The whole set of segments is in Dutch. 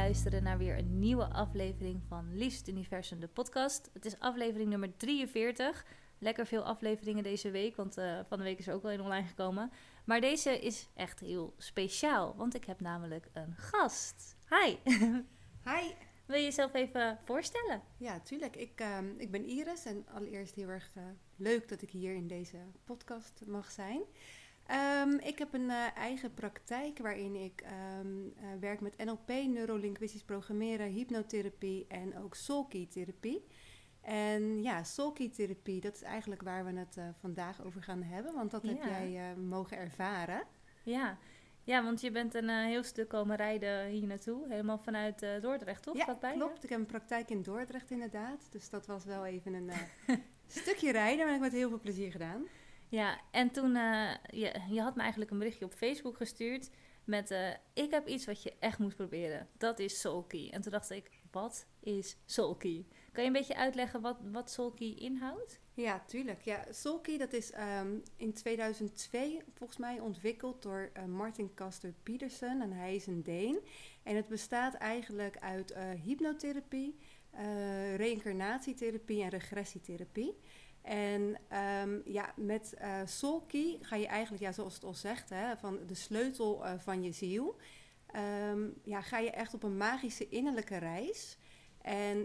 luisteren naar weer een nieuwe aflevering van Liefst Universum, de podcast. Het is aflevering nummer 43. Lekker veel afleveringen deze week, want van de week is er ook wel een online gekomen. Maar deze is echt heel speciaal, want ik heb namelijk een gast. Hi! Hi! Wil je jezelf even voorstellen? Ja, tuurlijk. Ik ben Iris en allereerst heel erg leuk dat ik hier in deze podcast mag zijn. Ik heb een eigen praktijk waarin ik werk met NLP, neurolinguistisch programmeren, hypnotherapie en ook Soulkey-therapie. En ja, Soulkey-therapie, dat is eigenlijk waar we het vandaag over gaan hebben, want dat heb jij mogen ervaren. Ja, want je bent een heel stuk komen rijden hier naartoe, helemaal vanuit Dordrecht, toch? Ja, Vlakbij, klopt. Ik heb een praktijk in Dordrecht inderdaad, dus dat was wel even een stukje rijden, maar ik heb het met heel veel plezier gedaan. Ja, en toen, je had me eigenlijk een berichtje op Facebook gestuurd met, ik heb iets wat je echt moet proberen. Dat is Soulkey. En toen dacht ik, wat is Soulkey? Kan je een beetje uitleggen wat Soulkey inhoudt? Ja, tuurlijk. Ja, Soulkey, dat is in 2002 volgens mij ontwikkeld door Martin Castor Pedersen en hij is een Deen. En het bestaat eigenlijk uit hypnotherapie, reïncarnatietherapie en regressietherapie. En met Soulkey ga je eigenlijk, zoals het al zegt, van de sleutel van je ziel, ga je echt op een magische innerlijke reis. En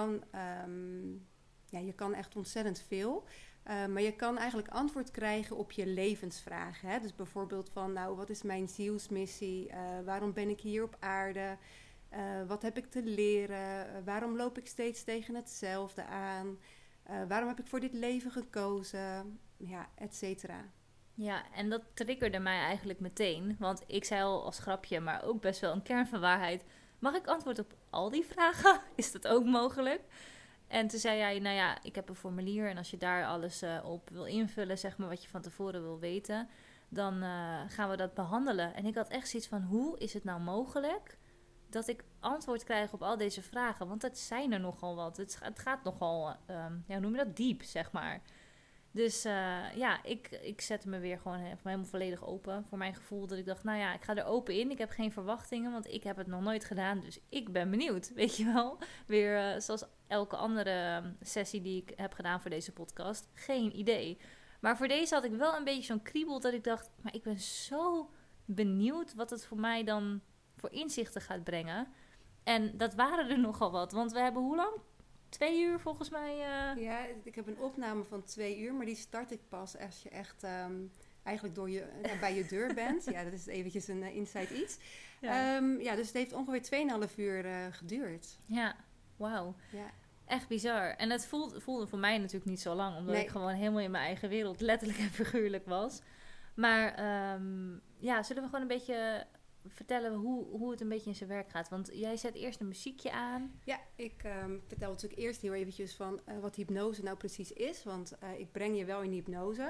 je kan echt ontzettend veel. Maar je kan eigenlijk antwoord krijgen op je levensvragen. Hè? Dus bijvoorbeeld van, wat is mijn zielsmissie? Waarom ben ik hier op aarde? Wat heb ik te leren? Waarom loop ik steeds tegen hetzelfde aan? Waarom heb ik voor dit leven gekozen? Ja, et cetera. Ja, en dat triggerde mij eigenlijk meteen. Want ik zei al als grapje, maar ook best wel een kern van waarheid. Mag ik antwoord op al die vragen? Is dat ook mogelijk? En toen zei jij, ik heb een formulier en als je daar alles op wil invullen, zeg maar wat je van tevoren wil weten, dan gaan we dat behandelen. En ik had echt zoiets van, hoe is het nou mogelijk dat ik antwoord krijg op al deze vragen? Want het zijn er nogal wat. Het gaat nogal, hoe noem je dat, diep, zeg maar. Dus ik zette me weer gewoon helemaal volledig open. Voor mijn gevoel dat ik dacht, ik ga er open in. Ik heb geen verwachtingen, want ik heb het nog nooit gedaan. Dus ik ben benieuwd, weet je wel. Weer zoals elke andere sessie die ik heb gedaan voor deze podcast. Geen idee. Maar voor deze had ik wel een beetje zo'n kriebel dat ik dacht, maar ik ben zo benieuwd wat het voor mij dan voor inzichten gaat brengen. En dat waren er nogal wat. Want we hebben hoe lang? 2 uur volgens mij. Ja, ik heb een opname van 2 uur, maar die start ik pas als je echt eigenlijk bij je deur bent. Ja, dat is eventjes een inside iets. Ja. Dus het heeft ongeveer 2,5 uur geduurd. Ja, wauw. Ja. Echt bizar. En het voelde voor mij natuurlijk niet zo lang, omdat ik gewoon helemaal in mijn eigen wereld letterlijk en figuurlijk was. Maar zullen we gewoon een beetje vertellen hoe het een beetje in zijn werk gaat? Want jij zet eerst een muziekje aan. Ja, ik vertel natuurlijk eerst heel eventjes van wat hypnose nou precies is. Want ik breng je wel in hypnose.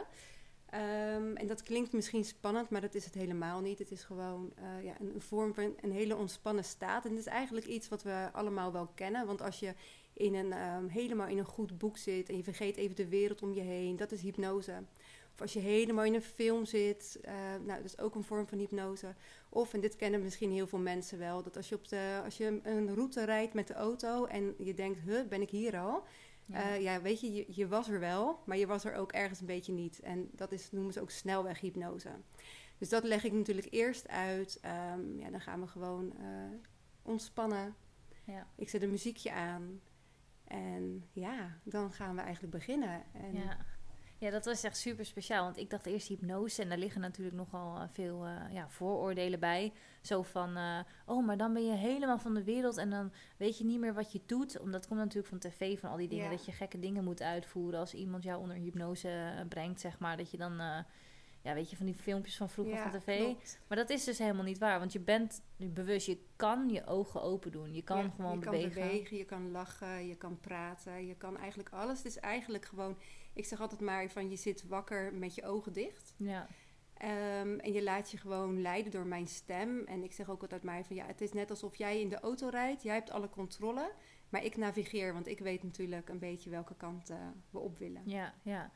En dat klinkt misschien spannend, maar dat is het helemaal niet. Het is gewoon een vorm van een hele ontspannen staat. En het is eigenlijk iets wat we allemaal wel kennen. Want als je helemaal in een goed boek zit en je vergeet even de wereld om je heen, dat is hypnose. Of als je helemaal in een film zit, dat is ook een vorm van hypnose. Of, en dit kennen misschien heel veel mensen wel, dat als je een route rijdt met de auto en je denkt, ben ik hier al? Ja. Weet je was er wel, maar je was er ook ergens een beetje niet. En dat noemen ze ook snelweghypnose. Dus dat leg ik natuurlijk eerst uit. Dan gaan we gewoon ontspannen. Ja. Ik zet een muziekje aan. En dan gaan we eigenlijk beginnen. En Ja, dat was echt super speciaal. Want ik dacht eerst hypnose. En daar liggen natuurlijk nogal veel vooroordelen bij. Zo van, maar dan ben je helemaal van de wereld. En dan weet je niet meer wat je doet. Omdat het komt natuurlijk van tv, van al die dingen. Ja. Dat je gekke dingen moet uitvoeren. Als iemand jou onder hypnose brengt, zeg maar. Dat je dan, van die filmpjes van vroeger van tv. Klopt. Maar dat is dus helemaal niet waar. Want je bent bewust, je kan je ogen open doen. Je kan gewoon bewegen. Je kan bewegen, je kan lachen, je kan praten. Je kan eigenlijk alles. Het is eigenlijk gewoon, ik zeg altijd maar van, je zit wakker met je ogen dicht. Ja. En je laat je gewoon leiden door mijn stem. En ik zeg ook altijd maar van, het is net alsof jij in de auto rijdt. Jij hebt alle controle. Maar ik navigeer, want ik weet natuurlijk een beetje welke kant we op willen. Ja.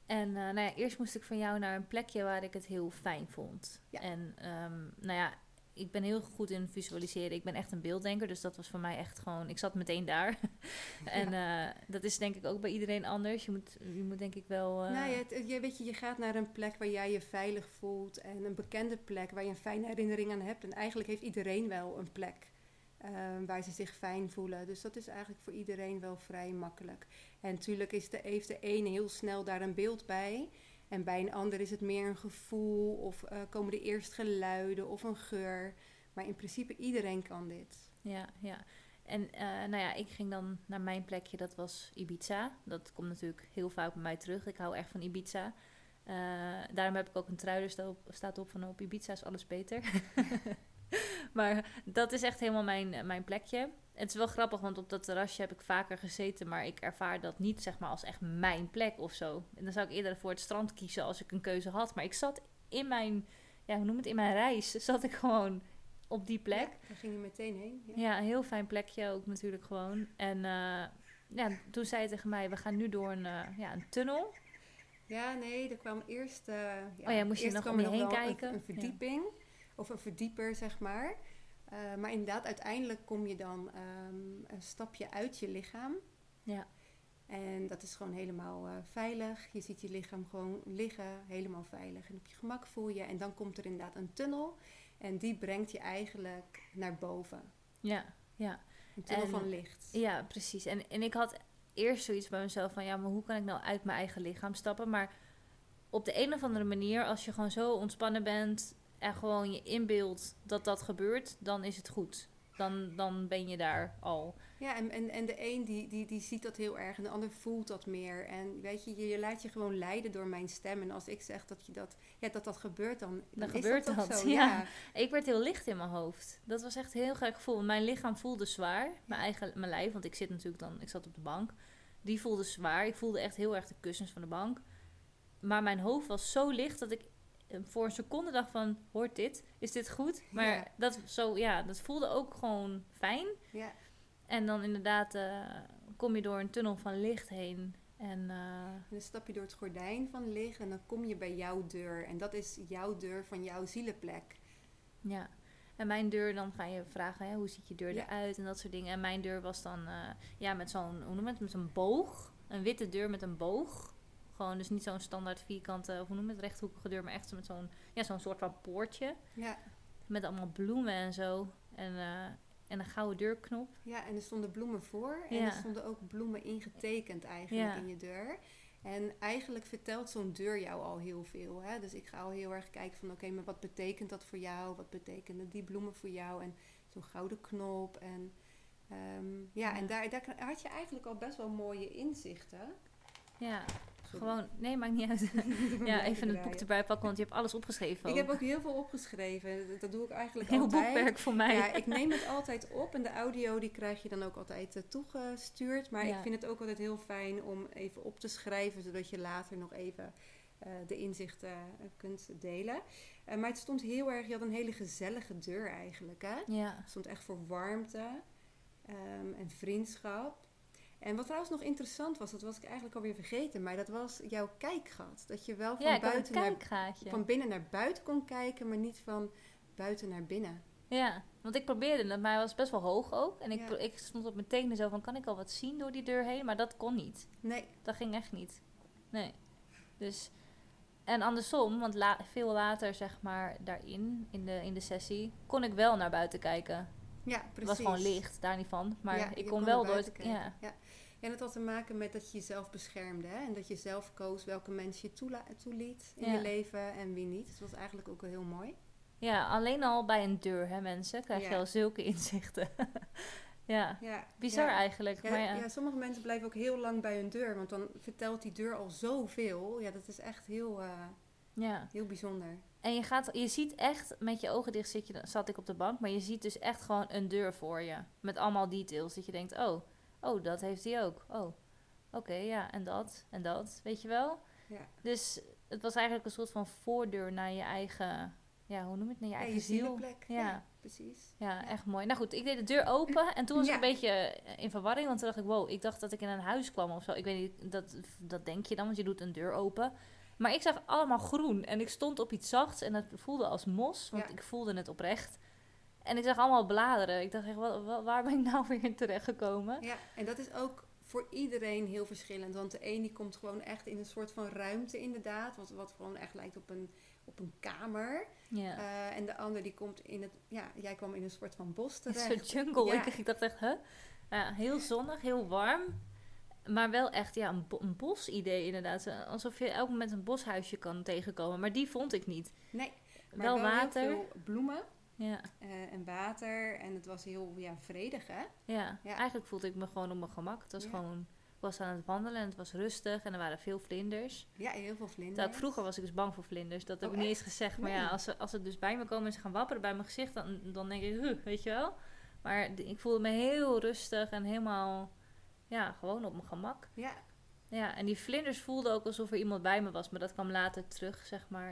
En eerst moest ik van jou naar een plekje waar ik het heel fijn vond. Ja. En ik ben heel goed in visualiseren. Ik ben echt een beelddenker, dus dat was voor mij echt gewoon... Ik zat meteen daar. En dat is denk ik ook bij iedereen anders. Je moet denk ik wel... Nou ja, weet je, je gaat naar een plek waar jij je veilig voelt. En een bekende plek waar je een fijne herinnering aan hebt. En eigenlijk heeft iedereen wel een plek waar ze zich fijn voelen. Dus dat is eigenlijk voor iedereen wel vrij makkelijk. En natuurlijk heeft de een heel snel daar een beeld bij. En bij een ander is het meer een gevoel of komen er eerst geluiden of een geur. Maar in principe iedereen kan dit. Ja. En ik ging dan naar mijn plekje, dat was Ibiza. Dat komt natuurlijk heel vaak bij mij terug. Ik hou echt van Ibiza. Daarom heb ik ook een trui, er staat op van op Ibiza is alles beter. Maar dat is echt helemaal mijn plekje. Het is wel grappig, want op dat terrasje heb ik vaker gezeten, maar ik ervaar dat niet zeg maar als echt mijn plek of zo. En dan zou ik eerder voor het strand kiezen als ik een keuze had. Maar ik zat in mijn, in mijn reis, zat ik gewoon op die plek. Ja, daar ging je meteen heen. Ja, een heel fijn plekje ook natuurlijk gewoon. En toen zei hij tegen mij, we gaan nu door een tunnel. Ja, nee, er kwam eerst... moest je nog om je heen kijken? Een verdieping, of een verdieper, zeg maar. Maar inderdaad, uiteindelijk kom je dan een stapje uit je lichaam. Ja. En dat is gewoon helemaal veilig. Je ziet je lichaam gewoon liggen, helemaal veilig. En op je gemak voel je. En dan komt er inderdaad een tunnel. En die brengt je eigenlijk naar boven. Ja. Een tunnel van licht. Ja, precies. En ik had eerst zoiets bij mezelf van... maar hoe kan ik nou uit mijn eigen lichaam stappen? Maar op de een of andere manier, als je gewoon zo ontspannen bent... en gewoon je inbeeldt dat gebeurt, dan is het goed. Dan ben je daar al. Ja, en de een die ziet dat heel erg en de ander voelt dat meer. En weet je laat je gewoon leiden door mijn stem. En als ik zeg dat gebeurt, dan gebeurt dat ook dat. zo. Ja. Ik werd heel licht in mijn hoofd. Dat was echt een heel gek gevoel. Mijn lichaam voelde zwaar. Mijn lijf, want ik zat op de bank. Die voelde zwaar. Ik voelde echt heel erg de kussens van de bank. Maar mijn hoofd was zo licht dat ik voor een seconde dacht van, hoort dit? Is dit goed? Maar dat voelde ook gewoon fijn. Ja. En dan inderdaad kom je door een tunnel van licht heen. En dan stap je door het gordijn van licht en dan kom je bij jouw deur. En dat is jouw deur van jouw zielenplek. Ja. En mijn deur, dan ga je vragen, hoe ziet je deur eruit en dat soort dingen. En mijn deur was dan met zo'n, hoe noem je het, met zo'n boog. Een witte deur met een boog. Gewoon, dus niet zo'n standaard vierkante, of hoe noem je het, rechthoekige deur, maar echt met zo'n soort van poortje. Ja. Met allemaal bloemen en zo. En een gouden deurknop. Ja, en er stonden bloemen voor. En er stonden ook bloemen ingetekend eigenlijk in je deur. En eigenlijk vertelt zo'n deur jou al heel veel. Hè? Dus ik ga al heel erg kijken van, oké, maar wat betekent dat voor jou? Wat betekenen die bloemen voor jou? En zo'n gouden knop. En en daar had je eigenlijk al best wel mooie inzichten. Ja. Gewoon, nee, maakt niet uit. Even het boek erbij pakken, want je hebt alles opgeschreven. Ik heb ook heel veel opgeschreven. Dat doe ik eigenlijk heel altijd. Heel boekwerk voor mij. Ja, ik neem het altijd op en de audio die krijg je dan ook altijd toegestuurd. Maar ik vind het ook altijd heel fijn om even op te schrijven, zodat je later nog even de inzichten kunt delen. Maar het stond heel erg, je had een hele gezellige deur eigenlijk. Hè? Ja. Het stond echt voor warmte en vriendschap. En wat trouwens nog interessant was, dat was ik eigenlijk alweer vergeten, maar dat was jouw kijkgat. Dat je wel van binnen naar buiten kon kijken, maar niet van buiten naar binnen. Ja, want ik probeerde het, maar hij was best wel hoog ook. En ik stond op mijn tenen zo van, kan ik al wat zien door die deur heen? Maar dat kon niet. Nee. Dat ging echt niet. Nee. Dus, en andersom, want veel later zeg maar daarin, in de sessie, kon ik wel naar buiten kijken. Ja, precies. Het was gewoon licht, daar niet van. Maar ik kon wel door het... Ja. En het had te maken met dat je jezelf beschermde. Hè? En dat je zelf koos welke mensen je toeliet in je leven en wie niet. Dus dat was eigenlijk ook wel heel mooi. Ja, alleen al bij een deur, hè mensen, krijg je al zulke inzichten. Bizar eigenlijk. Ja, maar sommige mensen blijven ook heel lang bij hun deur. Want dan vertelt die deur al zoveel. Ja, dat is echt heel bijzonder. En je ziet echt, met je ogen dicht zat ik op de bank. Maar je ziet dus echt gewoon een deur voor je. Met allemaal details. Dat je denkt, oh, dat heeft hij ook. Oh, oké, en dat, weet je wel? Ja. Dus het was eigenlijk een soort van voordeur naar je eigen, hoe noem je het, naar je eigen ziel. Zielplek. Ja, precies. Ja, echt mooi. Nou goed, ik deed de deur open en toen was ik een beetje in verwarring. Want toen dacht ik, wow, ik dacht dat ik in een huis kwam of zo. Ik weet niet, dat denk je dan, want je doet een deur open. Maar ik zag allemaal groen en ik stond op iets zachts en het voelde als mos, want ik voelde het oprecht. En ik zag allemaal bladeren. Ik dacht echt, waar ben ik nou weer in terechtgekomen? Ja, en dat is ook voor iedereen heel verschillend. Want de een die komt gewoon echt in een soort van ruimte inderdaad. Wat gewoon echt lijkt op een kamer. Ja. En de ander die komt in het... Ja, jij kwam in een soort van bos Een terecht. soort jungle. Ja. Ik dacht echt, Ja, heel zonnig, heel warm. Maar wel echt een bosidee inderdaad. Alsof je elk moment een boshuisje kan tegenkomen. Maar die vond ik niet. Nee, maar wel water. heel veel bloemen Ja. en water. En het was heel vredig, hè? Ja. Ja. Eigenlijk voelde ik me gewoon op mijn gemak. Het was gewoon... Ik was aan het wandelen en het was rustig. En er waren veel vlinders. Ja, heel veel vlinders. Terwijl vroeger was ik dus bang voor vlinders. Dat heb ik niet eens gezegd. Maar Nee. ja, als ze dus bij me komen en ze gaan wapperen bij mijn gezicht... dan denk ik, weet je wel. Maar ik voelde me heel rustig en helemaal... Ja, gewoon op mijn gemak. Ja. Ja, en die vlinders voelden ook alsof er iemand bij me was. Maar dat kwam later terug, zeg maar,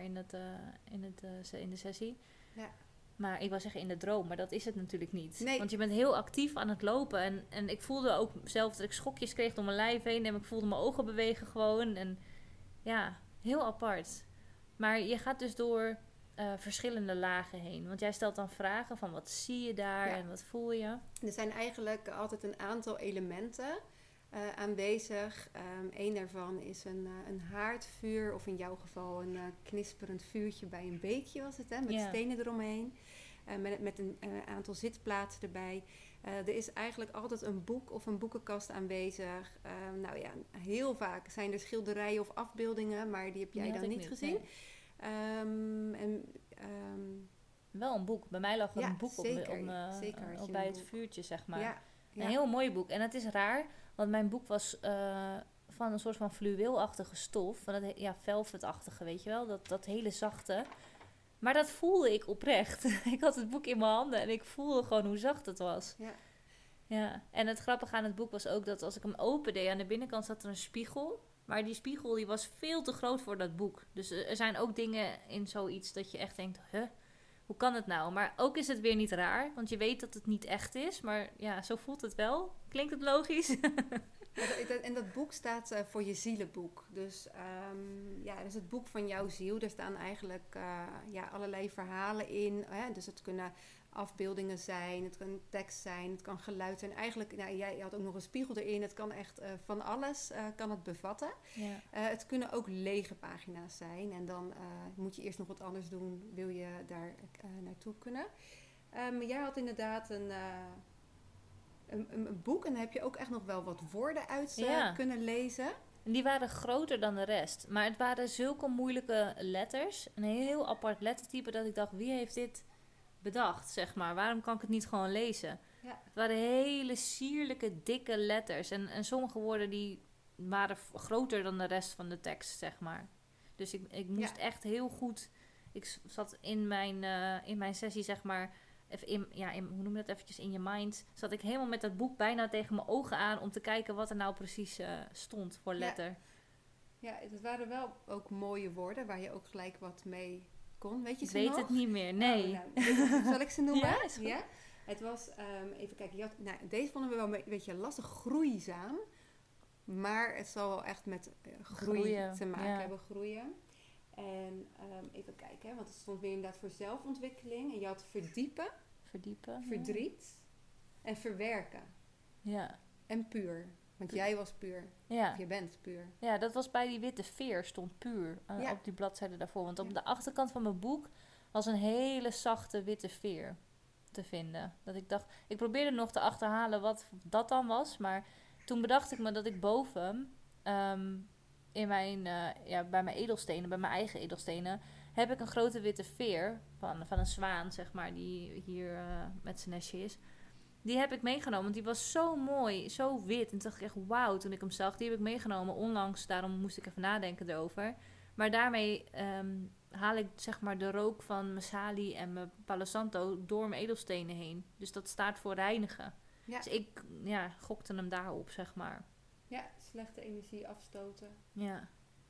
in de sessie. Ja. Maar ik was zeggen in de droom, maar dat is het natuurlijk niet. Nee. Want je bent heel actief aan het lopen. En ik voelde ook zelf dat ik schokjes kreeg door mijn lijf heen. En ik voelde mijn ogen bewegen gewoon. En ja, heel apart. Maar je gaat dus door verschillende lagen heen. Want jij stelt dan vragen van wat zie je daar en wat voel je? Er zijn eigenlijk altijd een aantal elementen aanwezig. Een daarvan is een haardvuur, of in jouw geval een knisperend vuurtje bij een beekje was het, hè, met stenen eromheen. Met een aantal zitplaatsen erbij. Er is eigenlijk altijd een boek of een boekenkast aanwezig. Nou ja, heel vaak zijn er schilderijen of afbeeldingen, maar die heb jij dan niet gezien. Nee. Wel een boek. Bij mij lag een boek zeker, op bij het vuurtje, zeg maar. Ja. Een heel mooi boek. En het is raar, want mijn boek was van een soort van fluweelachtige stof. Van dat, velvetachtige, weet je wel. Dat hele zachte. Maar dat voelde ik oprecht. Ik had het boek in mijn handen en ik voelde gewoon hoe zacht het was. Ja. Ja. En het grappige aan het boek was ook dat als ik hem opende, aan de binnenkant zat er een spiegel. Maar die spiegel die was veel te groot voor dat boek. Dus er zijn ook dingen in zoiets dat je echt denkt, hoe kan het nou? Maar ook is het weer niet raar, want je weet dat het niet echt is. Maar ja, zo voelt het wel. Klinkt het logisch? En dat boek staat voor je zielenboek. Dus dat is het boek van jouw ziel. Er staan eigenlijk allerlei verhalen in. Dus het kunnen afbeeldingen zijn, het kan tekst zijn, het kan geluid zijn. Eigenlijk, jij had ook nog een spiegel erin. Het kan echt van alles kan het bevatten. Ja. Het kunnen ook lege pagina's zijn. En dan moet je eerst nog wat anders doen, wil je daar naartoe kunnen. Jij had inderdaad een boek en daar heb je ook echt nog wel wat woorden uit kunnen lezen. En die waren groter dan de rest. Maar het waren zulke moeilijke letters. Een heel apart lettertype dat ik dacht, wie heeft dit bedacht, zeg maar? Waarom kan ik het niet gewoon lezen? Ja. Het waren hele sierlijke, dikke letters. En sommige woorden die waren groter dan de rest van de tekst, zeg maar. Dus ik moest echt heel goed... Ik zat in mijn sessie, zeg maar... hoe noem je dat eventjes, in je mind... zat ik helemaal met dat boek bijna tegen mijn ogen aan... om te kijken wat er nou precies stond voor letter. Ja, het waren wel ook mooie woorden... waar je ook gelijk wat mee kon. Weet je ik ze weet nog? het niet meer, nee. Zal ik ze noemen? Ja, is goed. Ja? Het was, even kijken... deze vonden we wel een beetje lastig, groeizaam. Maar het zal wel echt met groeien te maken hebben, groeien. En even kijken, hè, want het stond weer inderdaad voor zelfontwikkeling. En je had verdiepen, verdriet en verwerken. Ja. En puur. Want jij was puur. Ja. Of je bent puur. Ja, dat was bij die witte veer, stond puur op die bladzijde daarvoor. Want op de achterkant van mijn boek was een hele zachte witte veer te vinden. Dat ik dacht, ik probeerde nog te achterhalen wat dat dan was. Maar toen bedacht ik me dat ik boven... bij mijn edelstenen, bij mijn eigen edelstenen, heb ik een grote witte veer van een zwaan, zeg maar, die hier met zijn nestje is. Die heb ik meegenomen, want die was zo mooi, zo wit. En toen dacht ik echt, wauw, toen ik hem zag, die heb ik meegenomen onlangs. Daarom moest ik even nadenken erover. Maar daarmee haal ik, zeg maar, de rook van mijn salie en mijn palo santo door mijn edelstenen heen. Dus dat staat voor reinigen. Ja. Dus ik gokte hem daarop, zeg maar. Ja, slechte energie afstoten. Ja.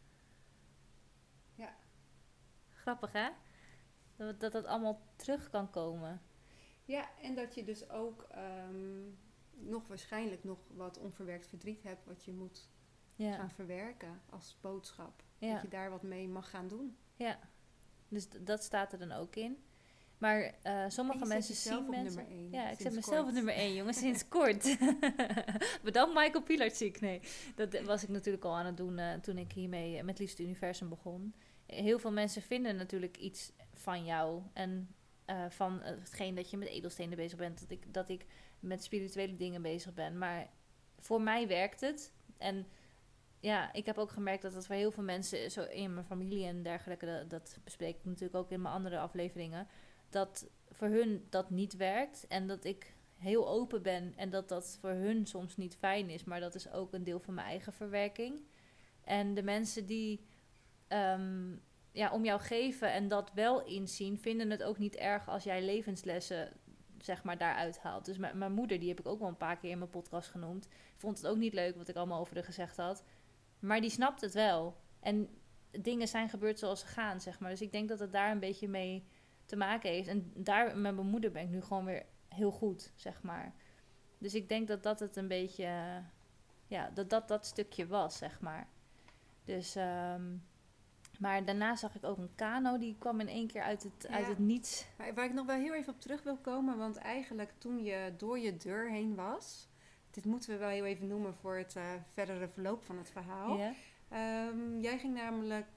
Ja. Grappig, hè? Dat allemaal terug kan komen. Ja, en dat je dus ook waarschijnlijk nog wat onverwerkt verdriet hebt... wat je moet gaan verwerken als boodschap. Ja. Dat je daar wat mee mag gaan doen. Ja, dus dat staat er dan ook in. Maar sommige En je mensen zet jezelf zien op mensen... nummer 1. Ja, ik zet sinds mezelf op kort. nummer 1, jongens, sinds kort. Bedankt Michael Pilarczyk. Nee, dat was ik natuurlijk al aan het doen toen ik hiermee met Liefst Universum begon. Heel veel mensen vinden natuurlijk iets van jou. En van hetgeen dat je met edelstenen bezig bent. Dat ik met spirituele dingen bezig ben. Maar voor mij werkt het. En ja, ik heb ook gemerkt dat het voor heel veel mensen, zo in mijn familie en dergelijke, dat bespreek ik natuurlijk ook in mijn andere afleveringen, dat voor hun dat niet werkt en dat ik heel open ben en dat dat voor hun soms niet fijn is, maar dat is ook een deel van mijn eigen verwerking. En de mensen die om jou geven en dat wel inzien, vinden het ook niet erg als jij levenslessen zeg maar daaruit haalt. Dus mijn moeder, die heb ik ook wel een paar keer in mijn podcast genoemd, vond het ook niet leuk wat ik allemaal over haar gezegd had. Maar die snapt het wel. En dingen zijn gebeurd zoals ze gaan, zeg maar. Dus ik denk dat het daar een beetje mee te maken heeft. En daar met mijn moeder ben ik nu gewoon weer heel goed, zeg maar. Dus ik denk dat dat het een beetje... dat stukje was, zeg maar. Dus... maar daarna zag ik ook een kano, die kwam in één keer uit het niets. Maar waar ik nog wel heel even op terug wil komen, want eigenlijk toen je door je deur heen was, dit moeten we wel heel even noemen voor het verdere verloop van het verhaal. Ja. Jij ging namelijk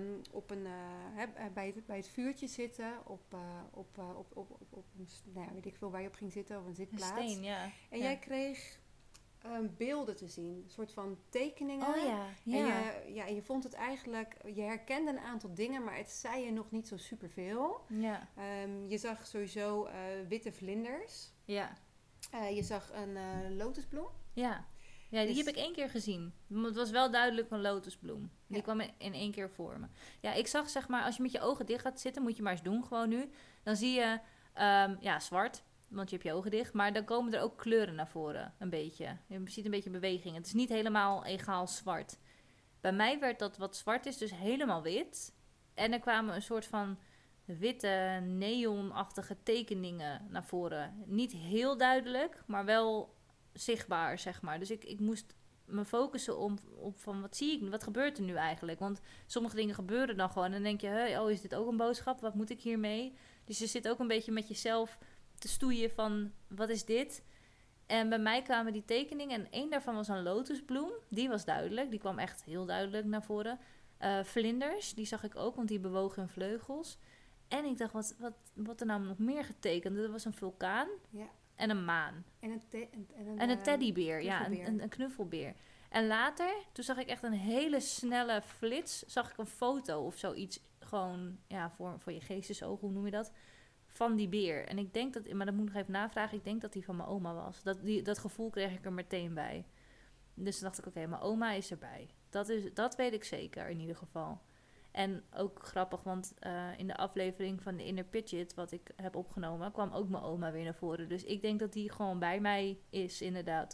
bij het vuurtje zitten op een, weet ik veel waar je op ging zitten, op een zitplaats. Een steen, ja. En jij kreeg beelden te zien, een soort van tekeningen. Oh ja, ja. En je vond het eigenlijk, je herkende een aantal dingen, maar het zei je nog niet zo superveel. Ja. Je zag sowieso witte vlinders. Ja. Je zag een lotusbloem. Ja. Ja, die Dus- heb ik 1 keer gezien. Het was wel duidelijk een lotusbloem. Die Ja. kwam in 1 keer voor me. Ja, ik zag zeg maar, als je met je ogen dicht gaat zitten, moet je maar eens doen gewoon nu. Dan zie je zwart, want je hebt je ogen dicht. Maar dan komen er ook kleuren naar voren, een beetje. Je ziet een beetje beweging. Het is niet helemaal egaal zwart. Bij mij werd dat wat zwart is dus helemaal wit. En er kwamen een soort van witte, neonachtige tekeningen naar voren. Niet heel duidelijk, maar wel zichtbaar, zeg maar. Dus ik moest me focussen op van wat zie ik, wat gebeurt er nu eigenlijk? Want sommige dingen gebeuren dan gewoon en dan denk je, is dit ook een boodschap? Wat moet ik hiermee? Dus je zit ook een beetje met jezelf te stoeien van, wat is dit? En bij mij kwamen die tekeningen en 1 daarvan was een lotusbloem. Die was duidelijk, die kwam echt heel duidelijk naar voren. Vlinders, die zag ik ook, want die bewogen hun vleugels. En ik dacht, wat er nou nog meer getekend? Er was een vulkaan en een maan. En een teddybeer, knuffelbeer. een knuffelbeer. En later, toen zag ik echt een hele snelle flits, zag ik een foto of zoiets, gewoon voor je geestesoog, hoe noem je dat? Van die beer. En ik denk dat, maar dat moet ik nog even navragen, ik denk dat die van mijn oma was. Dat gevoel kreeg ik er meteen bij. Dus toen dacht ik, oké, mijn oma is erbij. Dat weet ik zeker, in ieder geval. En ook grappig, want in de aflevering van de Inner Pidget, wat ik heb opgenomen, kwam ook mijn oma weer naar voren. Dus ik denk dat die gewoon bij mij is, inderdaad.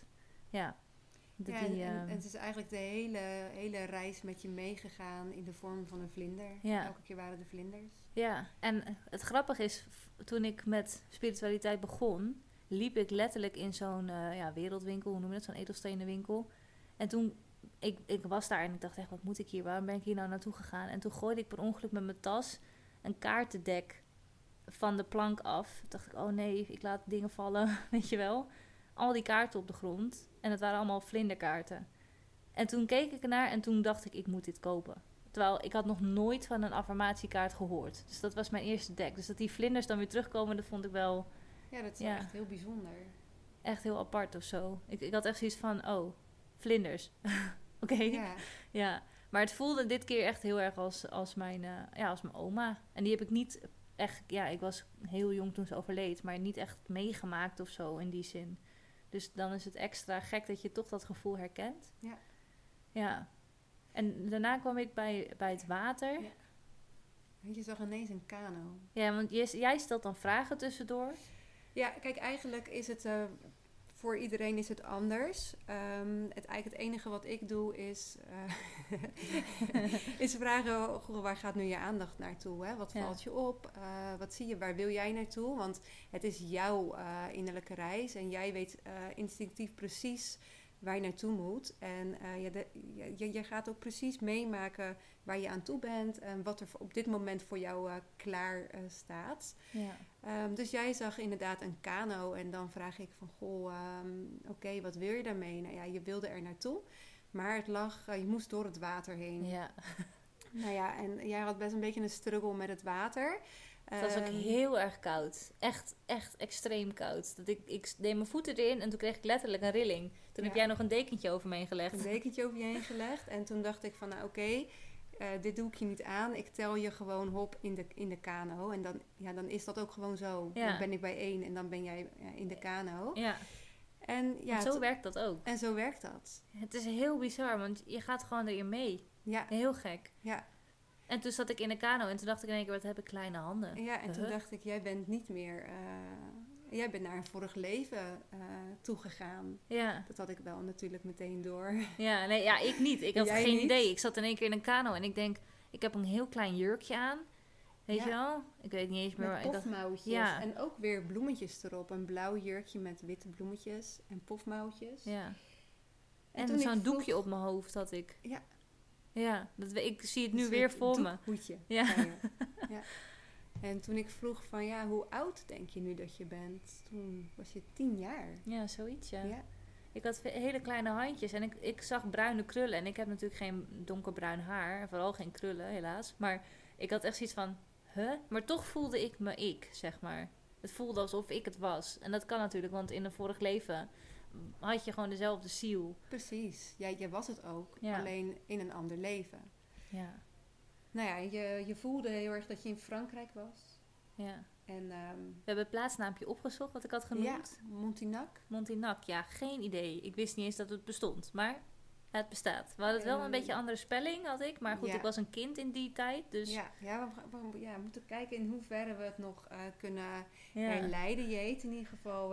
En het is eigenlijk de hele reis met je meegegaan in de vorm van een vlinder. Ja. Elke keer waren er vlinders. Ja, en het grappige is, toen ik met spiritualiteit begon, liep ik letterlijk in zo'n wereldwinkel, hoe noem je dat, zo'n edelstenenwinkel. En toen, ik was daar en ik dacht echt, wat moet ik hier, waarom ben ik hier nou naartoe gegaan? En toen gooide ik per ongeluk met mijn tas een kaartendek van de plank af. Toen dacht ik, oh nee, ik laat dingen vallen, weet je wel. Al die kaarten op de grond. En het waren allemaal vlinderkaarten. En toen keek ik ernaar en toen dacht ik moet dit kopen. Terwijl ik had nog nooit van een affirmatiekaart gehoord. Dus dat was mijn eerste deck. Dus dat die vlinders dan weer terugkomen, dat vond ik wel... Ja, dat is wel echt heel bijzonder. Echt heel apart of zo. Ik had echt zoiets van, vlinders. Oké. Ja. Maar het voelde dit keer echt heel erg als mijn oma. En die heb ik niet echt... Ja, ik was heel jong toen ze overleed. Maar niet echt meegemaakt of zo in die zin. Dus dan is het extra gek dat je toch dat gevoel herkent. Ja. Ja. En daarna kwam ik bij het water. Ja. Je zag ineens een kano. Ja, want jij stelt dan vragen tussendoor. Ja, kijk, eigenlijk is het... voor iedereen is het anders. Het enige wat ik doe is... is vragen, waar gaat nu je aandacht naartoe? Hè? Wat valt je op? Wat zie je? Waar wil jij naartoe? Want het is jouw innerlijke reis. En jij weet instinctief precies waar je naartoe moet. En je gaat ook precies meemaken waar je aan toe bent en wat er op dit moment voor jou klaar staat. Ja. Dus jij zag inderdaad een kano en dan vraag ik van, goh, oké, wat wil je daarmee? Nou ja, je wilde er naartoe, maar het lag, je moest door het water heen. Ja. Nou ja, en jij had best een beetje een struggle met het water. Het was ook heel erg koud. Echt, echt extreem koud. Dat ik deed mijn voeten erin en toen kreeg ik letterlijk een rilling. Toen heb jij nog een dekentje over me heen gelegd. Een dekentje over je heen gelegd. En toen dacht ik van, nou oké, dit doe ik je niet aan. Ik tel je gewoon hop in de kano. En dan is dat ook gewoon zo. Ja. Dan ben ik bij 1 en dan ben jij in de kano. Ja. En zo werkt dat ook. En zo werkt dat. Het is heel bizar, want je gaat gewoon erin mee. Ja. Heel gek. Ja. En toen zat ik in de kano en toen dacht ik in één keer, wat heb ik kleine handen. Ja, en toen dacht ik, jij bent niet meer... jij bent naar een vorig leven toegegaan. Ja. Dat had ik wel natuurlijk meteen door. Ja, nee, ja, ik niet. Ik had Jij geen niet? idee. Ik zat in één keer in een kano en ik denk, ik heb een heel klein jurkje aan. Weet je wel? Ik weet niet eens meer. Met pofmouwtjes. Ja. En ook weer bloemetjes erop. Een blauw jurkje met witte bloemetjes en pofmouwtjes. Ja. En En zo'n doekje op mijn hoofd had ik. Ja. Ja, ik zie het nu Een weer soort voor me. doekhoedje. Ja. Ja. En toen ik vroeg van, ja, hoe oud denk je nu dat je bent? Toen was je 10 jaar. Ja, zoiets, ja. Ja. Ik had hele kleine handjes en ik zag bruine krullen. En ik heb natuurlijk geen donkerbruin haar. Vooral geen krullen, helaas. Maar ik had echt zoiets van, maar toch voelde ik me ik, zeg maar. Het voelde alsof ik het was. En dat kan natuurlijk, want in een vorig leven had je gewoon dezelfde ziel. Precies. Ja, jij was het ook. Ja. Alleen in een ander leven. Ja. Nou ja, je voelde heel erg dat je in Frankrijk was. Ja. En, we hebben het plaatsnaampje opgezocht, wat ik had genoemd. Ja, Montignac. Montignac, ja, geen idee. Ik wist niet eens dat het bestond, maar het bestaat. We hadden het wel een beetje andere spelling, had ik. Maar goed, Ja. ik was een kind in die tijd, dus... Ja, we moeten kijken in hoeverre we het nog kunnen herleiden. Je heet in ieder geval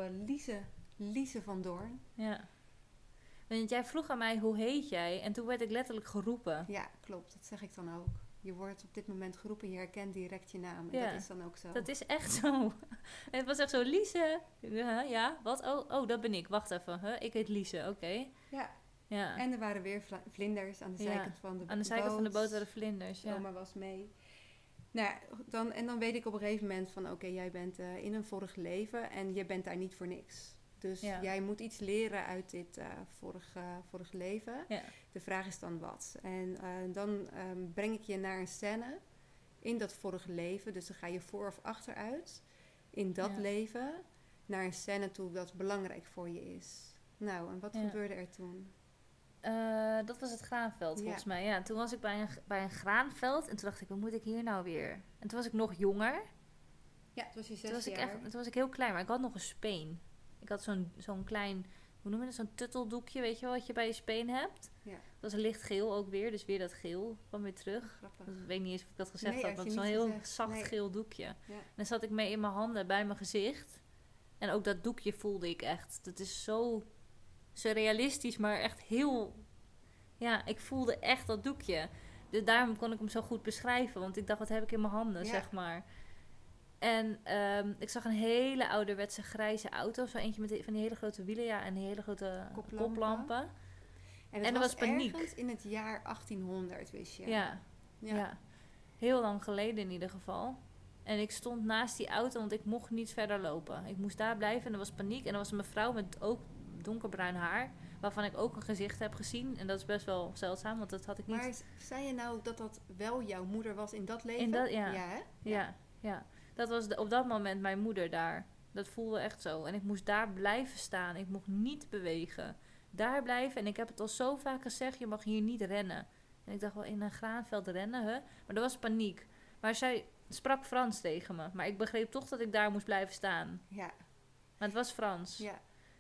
Lise van Doorn. Ja. Want jij vroeg aan mij, hoe heet jij? En toen werd ik letterlijk geroepen. Ja, klopt. Dat zeg ik dan ook. Je wordt op dit moment geroepen, je herkent direct je naam. En Ja. dat is dan ook zo. Dat is echt zo. Het was echt zo, Lise. Ja, wat? Oh, dat ben ik. Wacht even. Ik heet Lise, oké. Ja. Ja. En er waren weer vlinders aan de zijkant van de boot. Aan de zijkant van de boot waren vlinders, ja. Oma was mee. Nou ja, dan weet ik op een gegeven moment van... Oké, jij bent in een vorig leven en je bent daar niet voor niks. Dus jij moet iets leren uit dit vorige leven. Ja. De vraag is dan wat. En dan breng ik je naar een scène in dat vorige leven. Dus dan ga je voor of achteruit in dat leven... naar een scène toe dat belangrijk voor je is. Nou, en wat gebeurde er toen? Dat was het graanveld, volgens mij. Ja, toen was ik bij een graanveld en toen dacht ik, wat moet ik hier nou weer? En toen was ik nog jonger. Ja, toen was je 6 jaar. Toen was ik heel klein, maar ik had nog een speen. Ik had zo'n klein, hoe noem je dat, zo'n tutteldoekje, weet je wel, wat je bij je speen hebt. Ja. Dat was lichtgeel ook weer, dus weer dat geel kwam weer terug. Grappig. Dus ik weet niet eens of ik dat gezegd Nee, had, had maar je het is zo'n niet heel gezegd. zacht Nee. geel doekje. Ja. En dan zat ik mee in mijn handen bij mijn gezicht. En ook dat doekje voelde ik echt. Dat is zo surrealistisch, maar echt heel... Ja, ik voelde echt dat doekje. Dus daarom kon ik hem zo goed beschrijven. Want ik dacht, wat heb ik in mijn handen, zeg maar. En ik zag een hele ouderwetse grijze auto. Zo eentje met van die hele grote wielen, en die hele grote koplampen. En er was paniek. Ergens in het jaar 1800, wist je. Ja. Heel lang geleden in ieder geval. En ik stond naast die auto, want ik mocht niet verder lopen. Ik moest daar blijven en er was paniek. En er was een mevrouw met ook donkerbruin haar, waarvan ik ook een gezicht heb gezien. En dat is best wel zeldzaam, want dat had ik niet. Maar zei je nou dat dat wel jouw moeder was in dat leven? Ja. Ja, hè? Ja. Dat was op dat moment mijn moeder daar. Dat voelde echt zo. En ik moest daar blijven staan. Ik mocht niet bewegen. Daar blijven. En ik heb het al zo vaak gezegd, je mag hier niet rennen. En ik dacht wel, in een graanveld rennen, hè? Maar er was paniek. Maar zij sprak Frans tegen me. Maar ik begreep toch dat ik daar moest blijven staan. Ja. Maar het was Frans. Ja.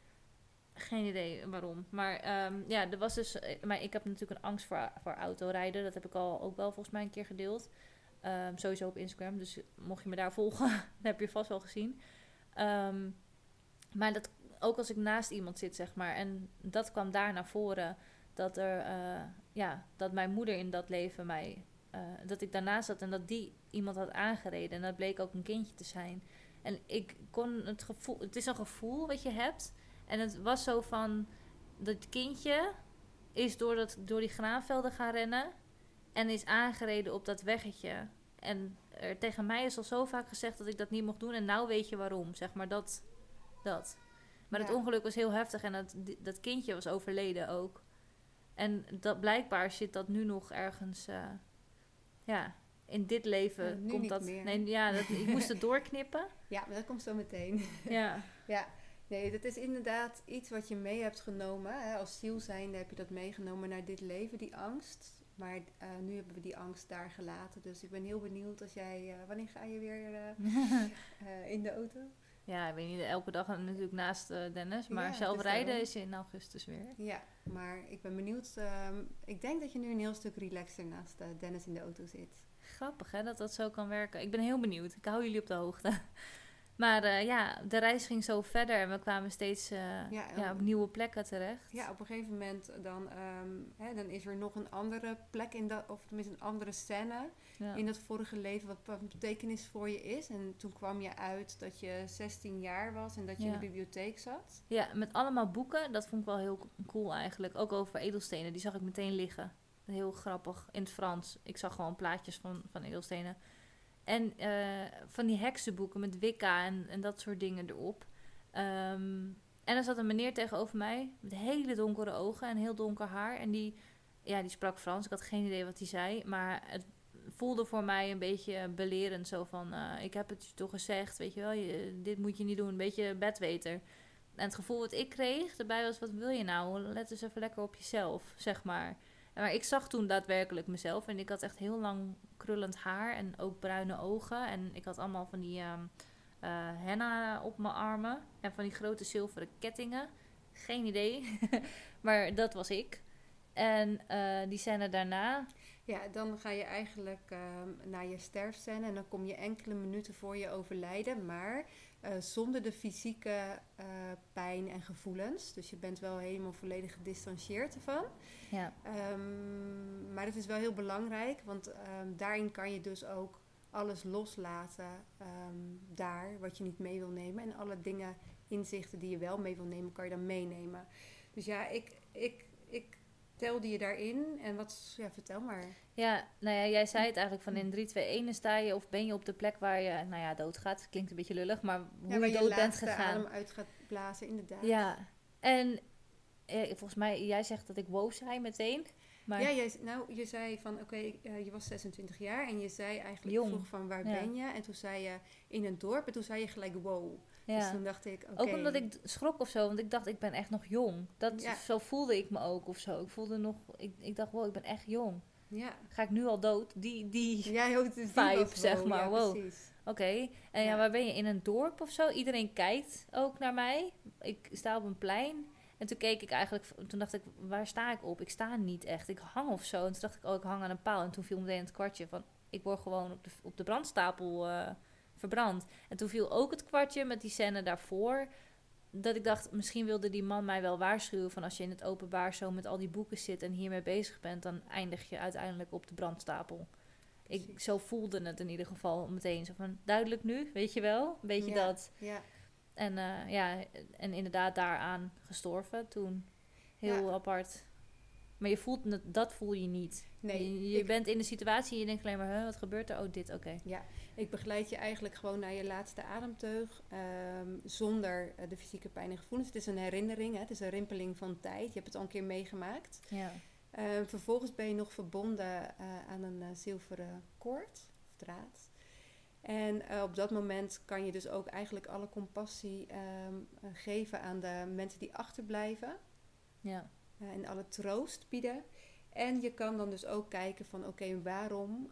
Geen idee waarom. Maar er was dus... Maar ik heb natuurlijk een angst voor autorijden. Dat heb ik ook wel volgens mij een keer gedeeld. Sowieso op Instagram. Dus mocht je me daar volgen, dan heb je vast wel gezien. Maar dat, ook als ik naast iemand zit, zeg maar. En dat kwam daar naar voren. Dat mijn moeder in dat leven mij... dat ik daarnaast zat en dat die iemand had aangereden. En dat bleek ook een kindje te zijn. En ik kon het gevoel... Het is een gevoel wat je hebt. En het was zo van... dat kindje is door die graanvelden gaan rennen en is aangereden op dat weggetje. En er tegen mij is al zo vaak gezegd dat ik dat niet mocht doen en nou weet je waarom, zeg maar dat. Maar het ongeluk was heel heftig en dat kindje was overleden ook. En dat blijkbaar zit dat nu nog ergens, in dit leven nu komt niet dat. meer. Nee, ik moest het doorknippen. Ja, maar dat komt zo meteen. Ja. Ja, nee, dat is inderdaad iets wat je mee hebt genomen. Hè? Als ziel zijnde heb je dat meegenomen naar dit leven, die angst. Maar nu hebben we die angst daar gelaten. Dus ik ben heel benieuwd als jij... wanneer ga je weer in de auto? Ja, ik weet niet, elke dag natuurlijk naast Dennis. Maar Ja, zelf dus rijden daarom. is in augustus weer. Ja, maar ik ben benieuwd. Ik denk dat je nu een heel stuk relaxer naast Dennis in de auto zit. Grappig hè, dat zo kan werken. Ik ben heel benieuwd. Ik hou jullie op de hoogte. Maar de reis ging zo verder en we kwamen steeds op nieuwe plekken terecht. Ja, op een gegeven moment dan is er nog een andere plek of tenminste een andere scène in dat vorige leven wat van betekenis voor je is. En toen kwam je uit dat je 16 jaar was en dat je in de bibliotheek zat. Ja, met allemaal boeken. Dat vond ik wel heel cool eigenlijk. Ook over edelstenen. Die zag ik meteen liggen. Heel grappig. In het Frans. Ik zag gewoon plaatjes van edelstenen. En van die heksenboeken met Wicca en dat soort dingen erop. En er zat een meneer tegenover mij met hele donkere ogen en heel donker haar. En die sprak Frans. Ik had geen idee wat hij zei. Maar het voelde voor mij een beetje belerend. Zo van, ik heb het je toch gezegd, weet je wel. Dit moet je niet doen. Een beetje bedweter. En het gevoel wat ik kreeg erbij was, wat wil je nou? Let eens even lekker op jezelf, zeg maar. Maar ik zag toen daadwerkelijk mezelf. En ik had echt heel lang krullend haar en ook bruine ogen. En ik had allemaal van die henna op mijn armen. En van die grote zilveren kettingen. Geen idee. Maar dat was ik. En die scène daarna... Ja, dan ga je eigenlijk naar je sterfscène. En dan kom je enkele minuten voor je overlijden. Maar zonder de fysieke pijn en gevoelens. Dus je bent wel helemaal volledig gedistanceerd ervan. Ja. Maar het is wel heel belangrijk. Want daarin kan je dus ook alles loslaten. Daar, wat je niet mee wil nemen. En alle dingen, inzichten die je wel mee wil nemen, kan je dan meenemen. Dus ja, ik telde je daarin. En vertel maar. Ja, nou ja, jij zei het eigenlijk van in 3, 2, 1 sta je of ben je op de plek waar je, doodgaat. Klinkt een beetje lullig, maar hoe je dood bent gegaan. Adem uit gaat blazen, inderdaad. Ja, en volgens mij, jij zegt dat ik wow zei meteen. Maar... Ja, je zei van je was 26 jaar en je zei eigenlijk vroeg van waar ben je? En toen zei je in een dorp en toen zei je gelijk wow. Ja. Dus toen dacht ik Ook omdat ik schrok of zo, want ik dacht ik ben echt nog jong. Zo voelde ik me ook of zo. Ik voelde nog, ik dacht wow, ik ben echt jong. Ja. Ga ik nu al dood? Die vibe, zeg maar. Ja, wow. Oké. En waar ben je? In een dorp of zo? Iedereen kijkt ook naar mij. Ik sta op een plein. En toen keek ik eigenlijk, toen dacht ik, waar sta ik op? Ik sta niet echt. Ik hang of zo. En toen dacht ik, ik hang aan een paal. En toen viel meteen het kwartje van, ik word gewoon op de brandstapel verbrand. En toen viel ook het kwartje met die scène daarvoor. Dat ik dacht, misschien wilde die man mij wel waarschuwen van als je in het openbaar zo met al die boeken zit en hiermee bezig bent, dan eindig je uiteindelijk op de brandstapel. Zo voelde het in ieder geval meteen. Zo van, duidelijk nu, weet je wel? Weet je dat? Ja. En inderdaad daaraan gestorven toen. Heel apart. Maar je voelt dat voel je niet. Nee. Je bent in de situatie en je denkt alleen maar, wat gebeurt er? Oh, dit, oké. Ja, ik begeleid je eigenlijk gewoon naar je laatste ademteug. Zonder de fysieke pijn en gevoelens. Het is een herinnering, hè? Het is een rimpeling van tijd. Je hebt het al een keer meegemaakt. Ja. Vervolgens ben je nog verbonden aan een zilveren koord of draad. En op dat moment kan je dus ook eigenlijk alle compassie geven aan de mensen die achterblijven. Ja. En alle troost bieden. En je kan dan dus ook kijken van waarom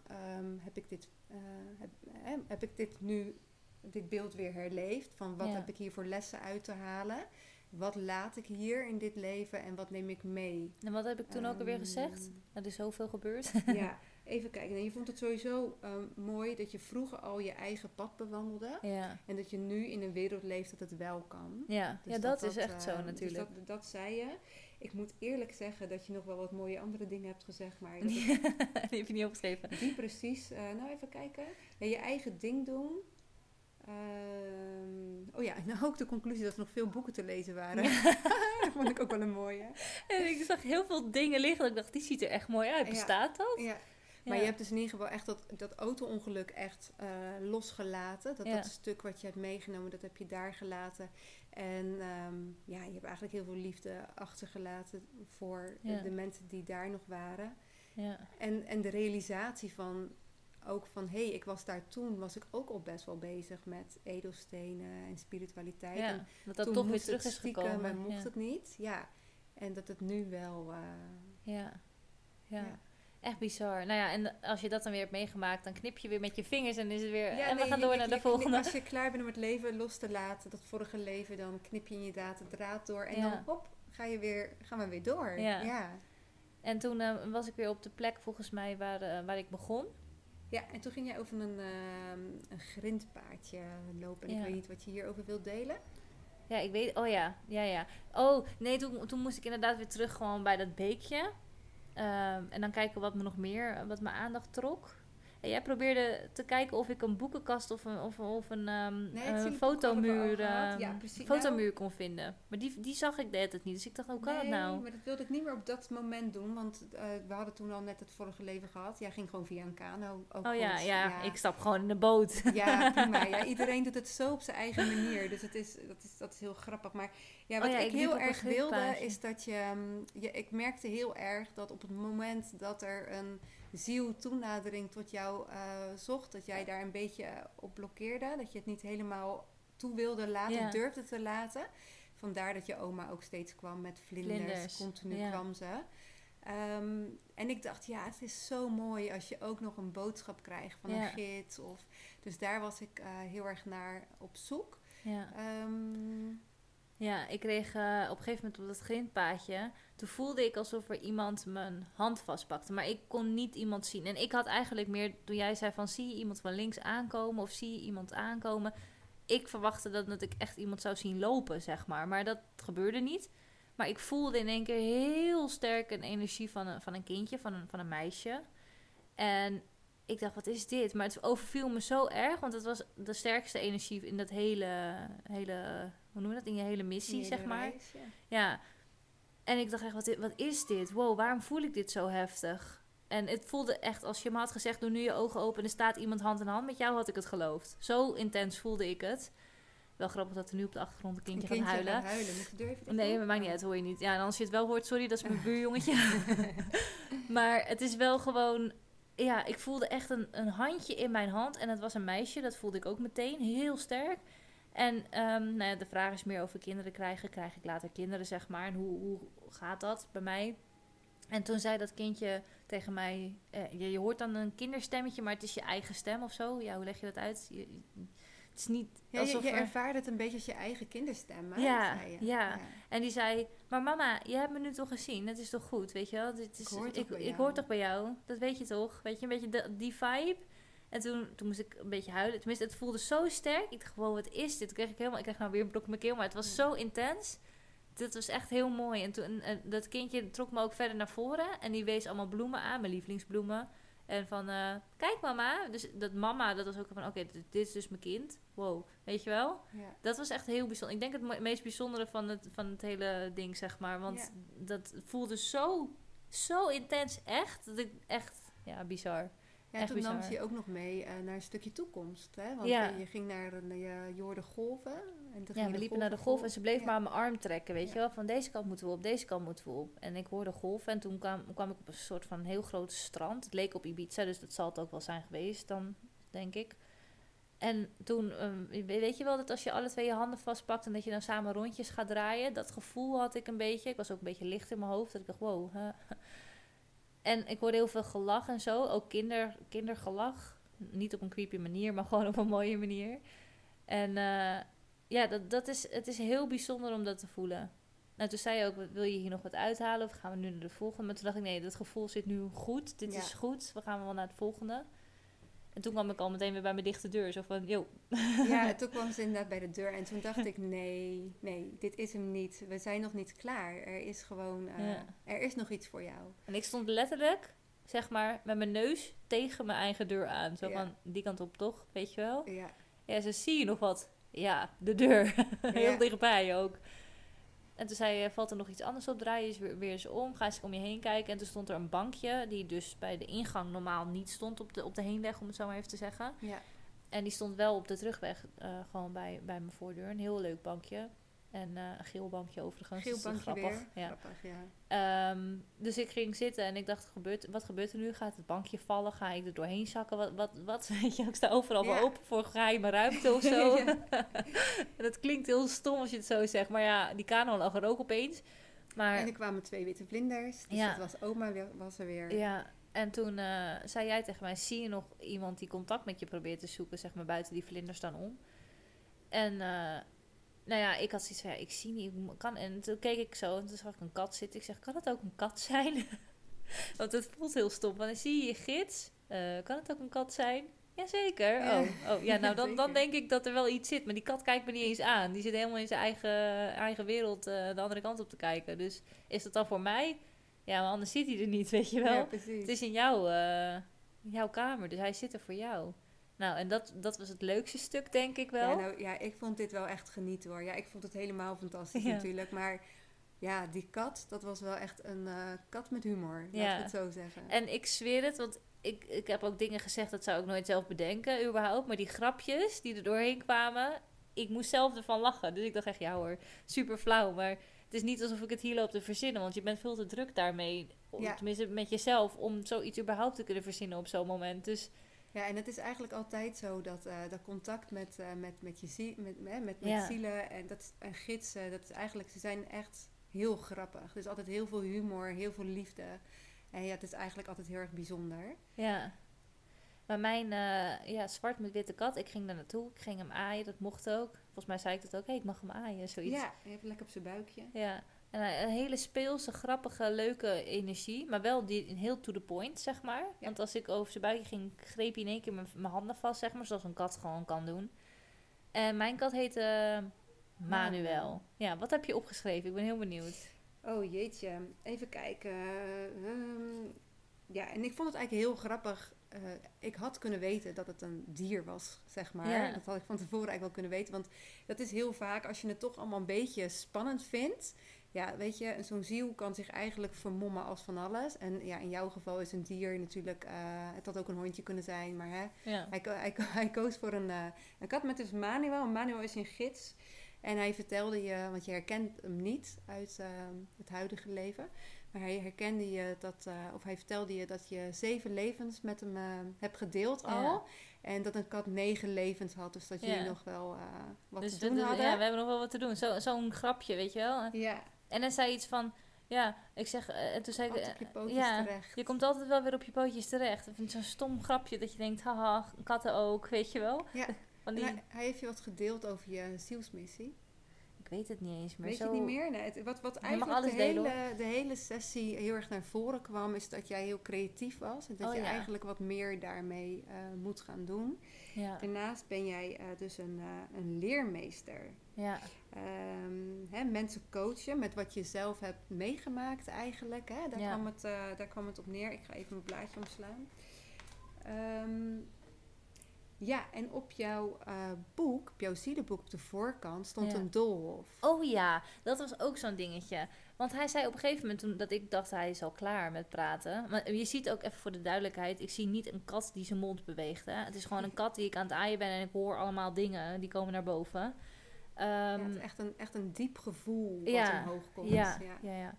heb ik dit beeld weer herleefd? Van wat heb ik hier voor lessen uit te halen? Wat laat ik hier in dit leven en wat neem ik mee? En wat heb ik toen ook alweer gezegd? Er is zoveel gebeurd. Ja, even kijken. En je vond het sowieso mooi dat je vroeger al je eigen pad bewandelde. Ja. En dat je nu in een wereld leeft dat het wel kan. Ja, dus dat is echt zo natuurlijk. Dus dat zei je. Ik moet eerlijk zeggen dat je nog wel wat mooie andere dingen hebt gezegd. Maar die heb je niet opgeschreven. Die precies. Even kijken. Ja, je eigen ding doen. Nou ook de conclusie dat er nog veel boeken te lezen waren. Vond ik ook wel een mooie. En ik zag heel veel dingen liggen. Ik dacht, die ziet er echt mooi uit. Bestaat dat? Ja. Maar je hebt dus in ieder geval echt dat auto-ongeluk echt losgelaten. Dat stuk wat je hebt meegenomen, dat heb je daar gelaten. En je hebt eigenlijk heel veel liefde achtergelaten voor de mensen die daar nog waren. Ja. En de realisatie van, ik was daar toen, was ik ook al best wel bezig met edelstenen en spiritualiteit. Ja, en dat toch weer terug is gekomen. Maar mocht het niet. Ja. En dat het nu wel... Ja. Echt bizar. Nou ja, en als je dat dan weer hebt meegemaakt, dan knip je weer met je vingers en is het weer... en we gaan door naar de volgende. Als je klaar bent om het leven los te laten, dat vorige leven, dan knip je inderdaad de draad door. En dan, hop, gaan we weer door. Ja. En toen was ik weer op de plek, volgens mij, waar ik begon. Ja, en toen ging jij over een grindpaadje lopen. En ik weet niet wat je hierover wilt delen. Ja, ik weet... Oh ja. Oh, nee, toen moest ik inderdaad weer terug gewoon bij dat beekje. En dan kijken wat mijn aandacht trok. En jij probeerde te kijken of ik een boekenkast of een fotomuur kon vinden. Maar die zag ik net niet. Dus ik dacht, hoe kan dat nou? Nee, maar dat wilde ik niet meer op dat moment doen. Want we hadden toen al net het vorige leven gehad. Jij ging gewoon via een kano. Ik stap gewoon in de boot. Ja, prima. Ja, iedereen doet het zo op zijn eigen manier. Dus dat is heel grappig. Maar wat ik heel erg wilde, is dat ik merkte heel erg dat op het moment dat er een ziel toenadering tot jou zocht, dat jij daar een beetje op blokkeerde. Dat je het niet helemaal toe wilde laten, durfde te laten. Vandaar dat je oma ook steeds kwam met vlinders. Continu kwam ze. En ik dacht, het is zo mooi als je ook nog een boodschap krijgt van een gids. Dus daar was ik heel erg naar op zoek. Ja. Ik kreeg op een gegeven moment op dat grindpaadje, toen voelde ik alsof er iemand mijn hand vastpakte. Maar ik kon niet iemand zien. En ik had eigenlijk meer, toen jij zei van, zie je iemand van links aankomen of zie je iemand aankomen? Ik verwachtte dat ik echt iemand zou zien lopen, zeg maar. Maar dat gebeurde niet. Maar ik voelde in één keer heel sterk een energie van een kindje, van een meisje. En ik dacht, wat is dit? Maar het overviel me zo erg, want het was de sterkste energie in dat hele hoe noem je dat? In je hele missie, zeg maar. Reis, ja. En ik dacht echt, wat is dit? Wow, waarom voel ik dit zo heftig? En het voelde echt, als je me had gezegd, doe nu je ogen open en er staat iemand hand in hand met jou, had ik het geloofd. Zo intens voelde ik het. Wel grappig dat er nu op de achtergrond een kindje gaat huilen. Nee, maar maakt niet uit, hoor je niet. Ja, en als je het wel hoort, sorry, dat is mijn buurjongetje. Maar het is wel gewoon... Ja, ik voelde echt een handje in mijn hand. En het was een meisje, dat voelde ik ook meteen. Heel sterk. En de vraag is meer over kinderen krijgen. Krijg ik later kinderen, zeg maar. En hoe gaat dat bij mij? En toen zei dat kindje tegen mij... je hoort dan een kinderstemmetje, maar het is je eigen stem of zo. Ja, hoe leg je dat uit? Het is niet alsof je ervaart het een beetje als je eigen kinderstem. Hè? Ja. En die zei, maar mama, je hebt me nu toch gezien? Dat is toch goed, weet je wel? Ik hoor toch bij jou? Dat weet je toch? Weet je, een beetje die vibe. En toen moest ik een beetje huilen. Tenminste, het voelde zo sterk. Ik dacht gewoon, wat is dit? Ik kreeg nou weer een blok in mijn keel, maar het was zo intens. Dit was echt heel mooi. En toen, dat kindje trok me ook verder naar voren. En die wees allemaal bloemen aan, mijn lievelingsbloemen. En van, kijk mama. Dus dat was ook van, oké, dit is dus mijn kind. Wow, weet je wel? Ja. Dat was echt heel bijzonder. Ik denk het meest bijzondere van het hele ding, zeg maar. Want dat voelde zo intens echt. Dat ik echt, bizar. Ja, en toen nam ze je ook nog mee naar een stukje toekomst. Hè? Want je ging je hoorde golven. En we liepen naar de golf en ze bleef maar aan mijn arm trekken, weet je wel. Van deze kant moeten we op, deze kant moeten we op. En ik hoorde golven en toen kwam ik op een soort van heel groot strand. Het leek op Ibiza, dus dat zal het ook wel zijn geweest dan, denk ik. En toen, weet je wel dat als je alle twee je handen vastpakt en dat je dan samen rondjes gaat draaien. Dat gevoel had ik een beetje. Ik was ook een beetje licht in mijn hoofd. Dat ik dacht, wow. En ik hoorde heel veel gelach en zo. Ook kindergelach. Niet op een creepy manier, maar gewoon op een mooie manier. En het is heel bijzonder om dat te voelen. Nou, toen zei je ook, wil je hier nog wat uithalen? Of gaan we nu naar de volgende? Maar toen dacht ik, nee, dat gevoel zit nu goed. Dit is goed. We gaan wel naar het volgende. En toen kwam ik al meteen weer bij mijn dichte deur. Zo van, yo. Ja, toen kwam ze inderdaad bij de deur. En toen dacht ik, nee, dit is hem niet. We zijn nog niet klaar. Er is gewoon, er is nog iets voor jou. En ik stond letterlijk, zeg maar, met mijn neus tegen mijn eigen deur aan. Zo van, die kant op toch, weet je wel? Ja, zo zie je nog wat. Ja, de deur. Heel dichtbij ook. En toen zei hij, valt er nog iets anders op, draai je eens weer eens om, ga eens om je heen kijken. En toen stond er een bankje, die dus bij de ingang normaal niet stond op de heenweg, om het zo maar even te zeggen. Ja. En die stond wel op de terugweg, gewoon bij mijn voordeur. Een heel leuk bankje. En een geel bankje overigens. Geel dat is bankje grappig. weer. Ja. Grappig, ja. Dus ik ging zitten en ik dacht, wat gebeurt er nu? Gaat het bankje vallen? Ga ik er doorheen zakken? Wat? Weet je, ik sta overal wel open voor geheime ruimte of zo. Dat klinkt heel stom als je het zo zegt. Maar ja, die kano lag er ook opeens. Maar, en er kwamen 2 witte vlinders. Dus dat was oma was er weer. Ja, en toen zei jij tegen mij, zie je nog iemand die contact met je probeert te zoeken, zeg maar, buiten die vlinders dan om? En nou ja, ik had zoiets van, ik zie niet, kan. En toen keek ik zo en toen zag ik een kat zitten. Ik zeg, kan het ook een kat zijn? Want het voelt heel stom. Want dan zie je je gids. Kan het ook een kat zijn? Jazeker. Oh, ja, nou dan denk ik dat er wel iets zit. Maar die kat kijkt me niet eens aan. Die zit helemaal in zijn eigen wereld de andere kant op te kijken. Dus is dat dan voor mij? Ja, maar anders zit hij er niet, weet je wel. Ja, precies. Het is in jouw kamer, dus hij zit er voor jou. Nou, en dat was het leukste stuk, denk ik wel. Ja, ik vond dit wel echt genieten hoor. Ja, ik vond het helemaal fantastisch natuurlijk. Maar ja, die kat, dat was wel echt een kat met humor. Laten we het zo zeggen. En ik zweer het, want ik heb ook dingen gezegd, dat zou ik nooit zelf bedenken, überhaupt. Maar die grapjes die er doorheen kwamen, ik moest zelf ervan lachen. Dus ik dacht echt, ja hoor, super flauw. Maar het is niet alsof ik het hier loop te verzinnen, want je bent veel te druk daarmee. Tenminste, met jezelf, om zoiets überhaupt te kunnen verzinnen op zo'n moment. Dus ja, en het is eigenlijk altijd zo dat contact met zielen en gidsen, dat is eigenlijk, ze zijn echt heel grappig. Dus altijd heel veel humor, heel veel liefde. En ja, het is eigenlijk altijd heel erg bijzonder. Ja. Maar mijn zwart met witte kat, ik ging daar naartoe. Ik ging hem aaien, dat mocht ook. Volgens mij zei ik dat ook. Ik mag hem aaien, zoiets. Ja, je hebt lekker op zijn buikje. Ja. En een hele speelse, grappige, leuke energie. Maar wel heel to the point, zeg maar. Ja. Want als ik over zijn buikje ging, greep hij in één keer mijn handen vast, zeg maar. Zoals een kat gewoon kan doen. En mijn kat heette Manuel. Ja, wat heb je opgeschreven? Ik ben heel benieuwd. Oh jeetje, even kijken. Ja, en ik vond het eigenlijk heel grappig. Ik had kunnen weten dat het een dier was, zeg maar. Ja. Dat had ik van tevoren eigenlijk wel kunnen weten. Want dat is heel vaak, als je het toch allemaal een beetje spannend vindt. Ja, weet je, zo'n ziel kan zich eigenlijk vermommen als van alles. En ja, in jouw geval is een dier natuurlijk... het had ook een hondje kunnen zijn, maar hij koos voor een kat met dus Manuel. Manuel is een gids. En hij vertelde je, want je herkent hem niet uit het huidige leven... Maar hij vertelde je dat je 7 levens met hem hebt gedeeld al. Ja. En dat een kat 9 levens had. Dus dat jullie nog wel wat te doen hadden. Ja, we hebben nog wel wat te doen. Zo'n grapje, weet je wel. Ja. En dan zei iets van... Ja, ik zeg... En toen zei ik... op je pootjes terecht. Je komt altijd wel weer op je pootjes terecht. Ik vind het zo'n stom grapje dat je denkt... Haha, katten ook, weet je wel. Ja, hij heeft je wat gedeeld over je zielsmissie. Ik weet het niet eens meer. Weet je het niet meer? Nee, wat eigenlijk de hele sessie heel erg naar voren kwam... is dat jij heel creatief was. En dat je eigenlijk wat meer daarmee moet gaan doen. Ja. Daarnaast ben jij dus een leermeester. Ja. Mensen coachen met wat je zelf hebt meegemaakt eigenlijk. Hè? Daar kwam het op neer. Ik ga even mijn blaadje omslaan. Ja, en op jouw boek, op jouw zielenboek op de voorkant, stond een doolhof. Oh ja, dat was ook zo'n dingetje. Want hij zei op een gegeven moment toen dat ik dacht hij is al klaar met praten. Maar je ziet ook even voor de duidelijkheid, ik zie niet een kat die zijn mond beweegt. Hè? Het is gewoon een kat die ik aan het aaien ben en ik hoor allemaal dingen die komen naar boven. Het is echt een diep gevoel wat omhoog komt. Ja.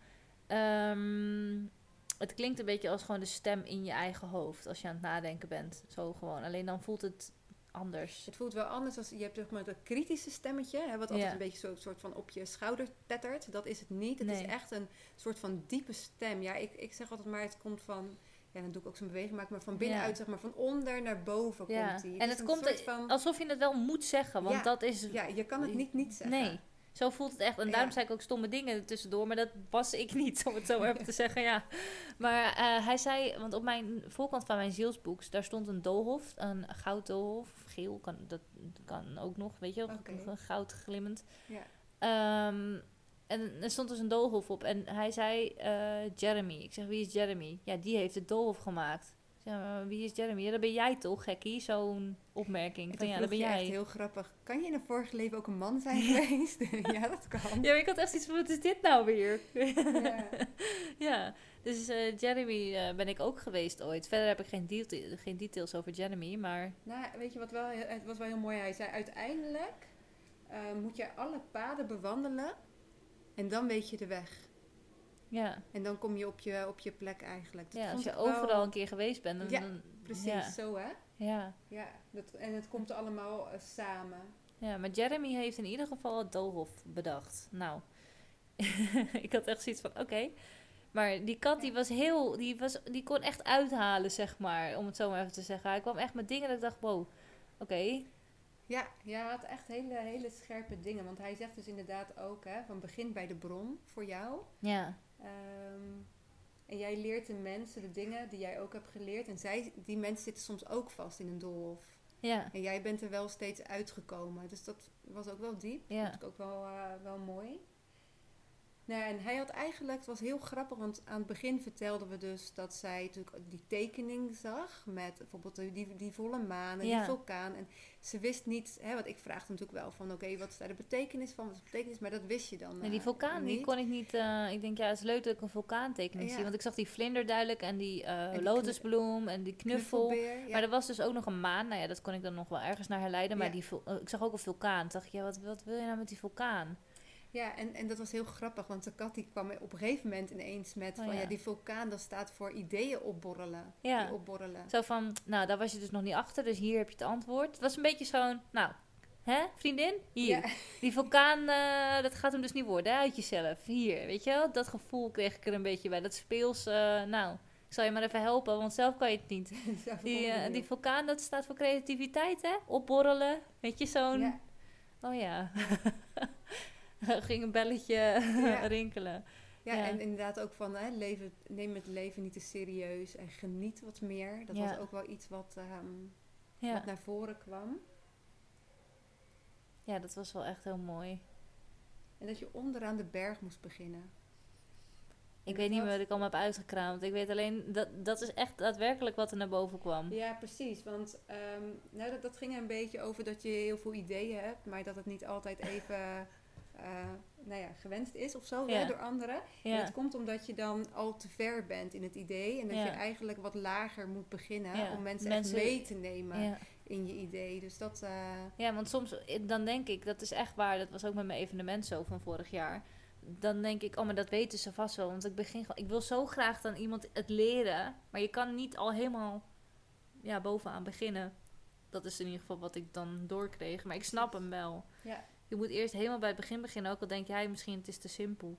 Het klinkt een beetje als gewoon de stem in je eigen hoofd als je aan het nadenken bent. Zo gewoon. Alleen dan voelt het anders. Het voelt wel anders als je hebt zeg maar dat kritische stemmetje, hè, wat altijd een beetje zo'n soort van op je schouder tettert. Dat is het niet. Het is echt een soort van diepe stem. Ja, ik zeg altijd maar, het komt van... Ja, dan doe ik ook zo'n beweging maken, maar van binnenuit, zeg maar, van onder naar boven komt die. En het komt alsof je het wel moet zeggen, want dat is... Ja, je kan het niet zeggen. Nee. Zo voelt het echt. En daarom zei ik ook stomme dingen tussendoor. Maar dat was ik niet, om het zo even te zeggen. Ja. Maar hij zei... Want op mijn voorkant van mijn zielsboek... Daar stond een doolhof. Een gouddoolhof. Geel. Dat kan ook nog. Weet je wel. Goud glimmend. Ja. En er stond dus een doolhof op. En hij zei... Jeremy. Ik zeg, wie is Jeremy? Ja, die heeft de doolhof gemaakt. Ja, maar wie is Jeremy? Ja, dat ben jij toch, gekkie? Zo'n opmerking. En Van toen ja, dat vroeg ben je jij. echt heel grappig, kan je in een vorige leven ook een man zijn geweest? Ja, dat kan. Ja, maar ik had echt iets van, wat is dit nou weer? Ja. Ja, dus Jeremy ben ik ook geweest ooit. Verder heb ik geen details over Jeremy, maar... Nou, weet je wat wel, het was wel heel mooi. Hij zei, uiteindelijk moet je alle paden bewandelen en dan weet je de weg. Ja, En dan kom je op je plek eigenlijk. Dat ja als vond je ik overal wel... een keer geweest bent, dan... Ja, dan- precies, Ja, zo hè? ja. Ja, en het komt allemaal samen. Ja, maar Jeremy heeft in ieder geval het doolhof bedacht. Nou, ik had echt zoiets van, oké. Maar die kat, die kon echt uithalen, zeg maar. Om het zo maar even te zeggen. Hij kwam echt met dingen dat ik dacht, wow, oké. Ja, hij had echt hele scherpe dingen. Want hij zegt dus inderdaad ook, hè, van begin bij de bron voor jou. Ja, En jij leert de mensen de dingen die jij ook hebt geleerd. En die mensen zitten soms ook vast in een doolhof. ja, En jij bent er wel steeds uitgekomen. Dus dat was ook wel diep. ja. Vond ik ook wel mooi. Nou, en hij had eigenlijk, het was heel grappig, want aan het begin vertelden we dus dat zij natuurlijk die tekening zag met bijvoorbeeld die volle maan en Ja. die vulkaan. En ze wist niet, hè, want ik vraagde natuurlijk wel van oké, wat is daar de betekenis van, wat is de betekenis, maar dat wist je dan Nee, die vulkaan, die niet. kon ik niet... ik denk, ja, het is leuk dat ik een vulkaantekening Ja. zie. Want ik zag die vlinder duidelijk en die die lotusbloem en die knuffel. Knuffelbeer, ja. Maar er was dus ook nog een maan. Nou ja, dat kon ik dan nog wel ergens naar herleiden. Maar Ja. ik zag ook een vulkaan. Toen dacht ik, ja, wat wil je nou met die vulkaan? Ja, en dat was heel grappig, want de kat die kwam op een gegeven moment ineens met van ja. die vulkaan, dat staat voor ideeën opborrelen. Ja. Die opborrelen. Zo van, nou, daar was je dus nog niet achter. Dus hier heb je het antwoord. Het was een beetje zo'n, nou, hè, vriendin? Hier. Ja. Die vulkaan, dat gaat hem dus niet worden, hè, uit jezelf. Hier, weet je wel? Dat gevoel kreeg ik er een beetje bij. Dat speels, nou, ik zal je maar even helpen, want zelf kan je het niet. Zelf kon ik niet Die op. vulkaan, dat staat voor creativiteit, hè? Opborrelen. Weet je, zo'n... Ja. Oh ja. Ging een belletje Ja. rinkelen. Ja, Ja. en inderdaad ook van neem het leven niet te serieus en geniet wat meer. Dat Ja. was ook wel iets wat Ja. naar voren kwam. Ja, dat was wel echt heel mooi. En dat je onderaan de berg moest beginnen. Ik weet niet meer wat ik allemaal heb uitgekraamd. Ik weet alleen, dat is echt daadwerkelijk wat er naar boven kwam. Ja, precies. Want dat ging een beetje over dat je heel veel ideeën hebt, maar dat het niet altijd even gewenst is of zo Ja. hè, door anderen. En Ja, dat komt omdat je dan al te ver bent in het idee en dat Ja. je eigenlijk wat lager moet beginnen Ja. om mensen echt Mensen- mee te nemen ja. in je idee. Dus dat... Ja, want soms, dan denk ik, dat is echt waar. Dat was ook met mijn evenement zo van vorig jaar. Dan denk ik, oh, maar dat weten ze vast wel. Want ik wil zo graag dan iemand het leren. Maar je kan niet al helemaal bovenaan beginnen. Dat is in ieder geval wat ik dan doorkreeg. Maar ik snap hem wel. Ja. Je moet eerst helemaal bij het begin beginnen. Ook al denk jij misschien het is te simpel.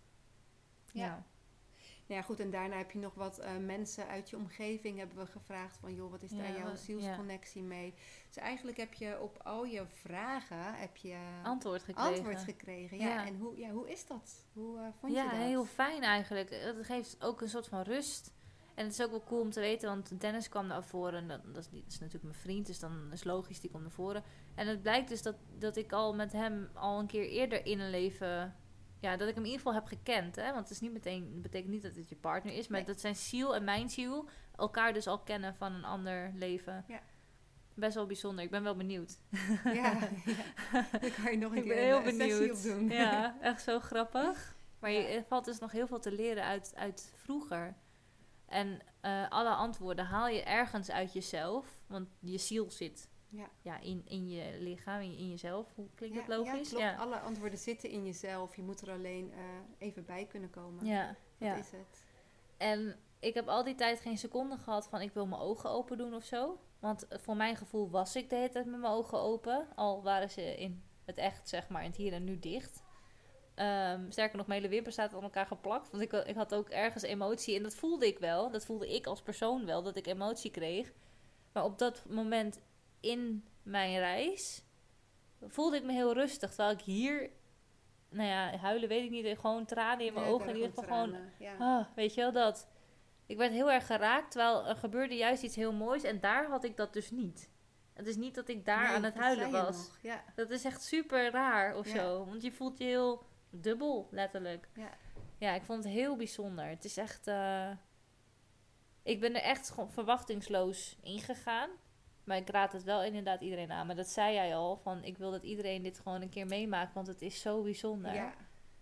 Ja. Nou ja, goed, en daarna heb je nog wat mensen uit je omgeving hebben we gevraagd van, joh, wat is daar jouw zielsconnectie mee? Dus eigenlijk heb je op al je vragen Antwoord gekregen. Ja. Ja. En hoe is dat? Hoe vond je Ja, dat? heel fijn eigenlijk. Het geeft ook een soort van rust. En het is ook wel cool om te weten, want Dennis kwam naar voren. En dat is natuurlijk mijn vriend, dus dan is het logisch, die komt naar voren. En het blijkt dus dat ik al met hem al een keer eerder in een leven... Ja, dat ik hem in ieder geval heb gekend. Hè? Want het is niet meteen, betekent niet dat het je partner is. Maar Nee. dat zijn ziel en mijn ziel elkaar dus al kennen van een ander leven. Ja. Best wel bijzonder. Ik ben wel benieuwd. Ja. Dan kan je nog een Ik ben keer heel een sessie benieuwd. op doen. Ja, echt zo grappig. Maar Ja. er valt dus nog heel veel te leren uit vroeger. En alle antwoorden haal je ergens uit jezelf. Want je ziel zit in je lichaam, in jezelf. Hoe klinkt dat logisch? Ja, klopt. Alle antwoorden zitten in jezelf. Je moet er alleen even bij kunnen komen. Ja, Dat is het. En ik heb al die tijd geen seconde gehad van ik wil mijn ogen open doen of zo. Want voor mijn gevoel was ik de hele tijd met mijn ogen open. Al waren ze in het echt, zeg maar, in het hier en nu dicht. Sterker nog, mijn hele wimper staat aan elkaar geplakt. Want ik had ook ergens emotie. En dat voelde ik wel. Dat voelde ik als persoon wel, dat ik emotie kreeg. Maar op dat moment in mijn reis voelde ik me heel rustig. Terwijl ik hier, nou ja, huilen weet ik niet. Gewoon tranen in mijn ogen. In ieder geval gewoon, weet je wel, dat. Ik werd heel erg geraakt. Terwijl er gebeurde juist iets heel moois. En daar had ik dat dus niet. Het is niet dat ik daar aan het huilen was. Ja. Dat is echt super raar of Ja. zo. Want je voelt je heel dubbel, letterlijk. Ja. Ja, ik vond het heel bijzonder. Het is echt... Ik ben er echt gewoon verwachtingsloos ingegaan. Maar ik raad het wel inderdaad iedereen aan. Maar dat zei jij al, van ik wil dat iedereen dit gewoon een keer meemaakt. Want het is zo bijzonder. Ja,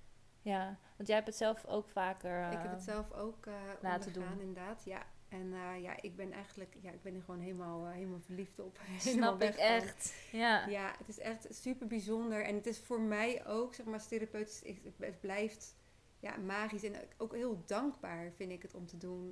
Ja, want jij hebt het zelf ook vaker ik heb het zelf ook laten ondergaan, doen. inderdaad. Ja. En ik ben eigenlijk, ik ben er gewoon helemaal verliefd op. Helemaal Snap ik weg van. echt. Ja. Ja, het is echt super bijzonder. En het is voor mij ook, zeg maar, als therapeut, het blijft magisch en ook heel dankbaar vind ik het om te doen.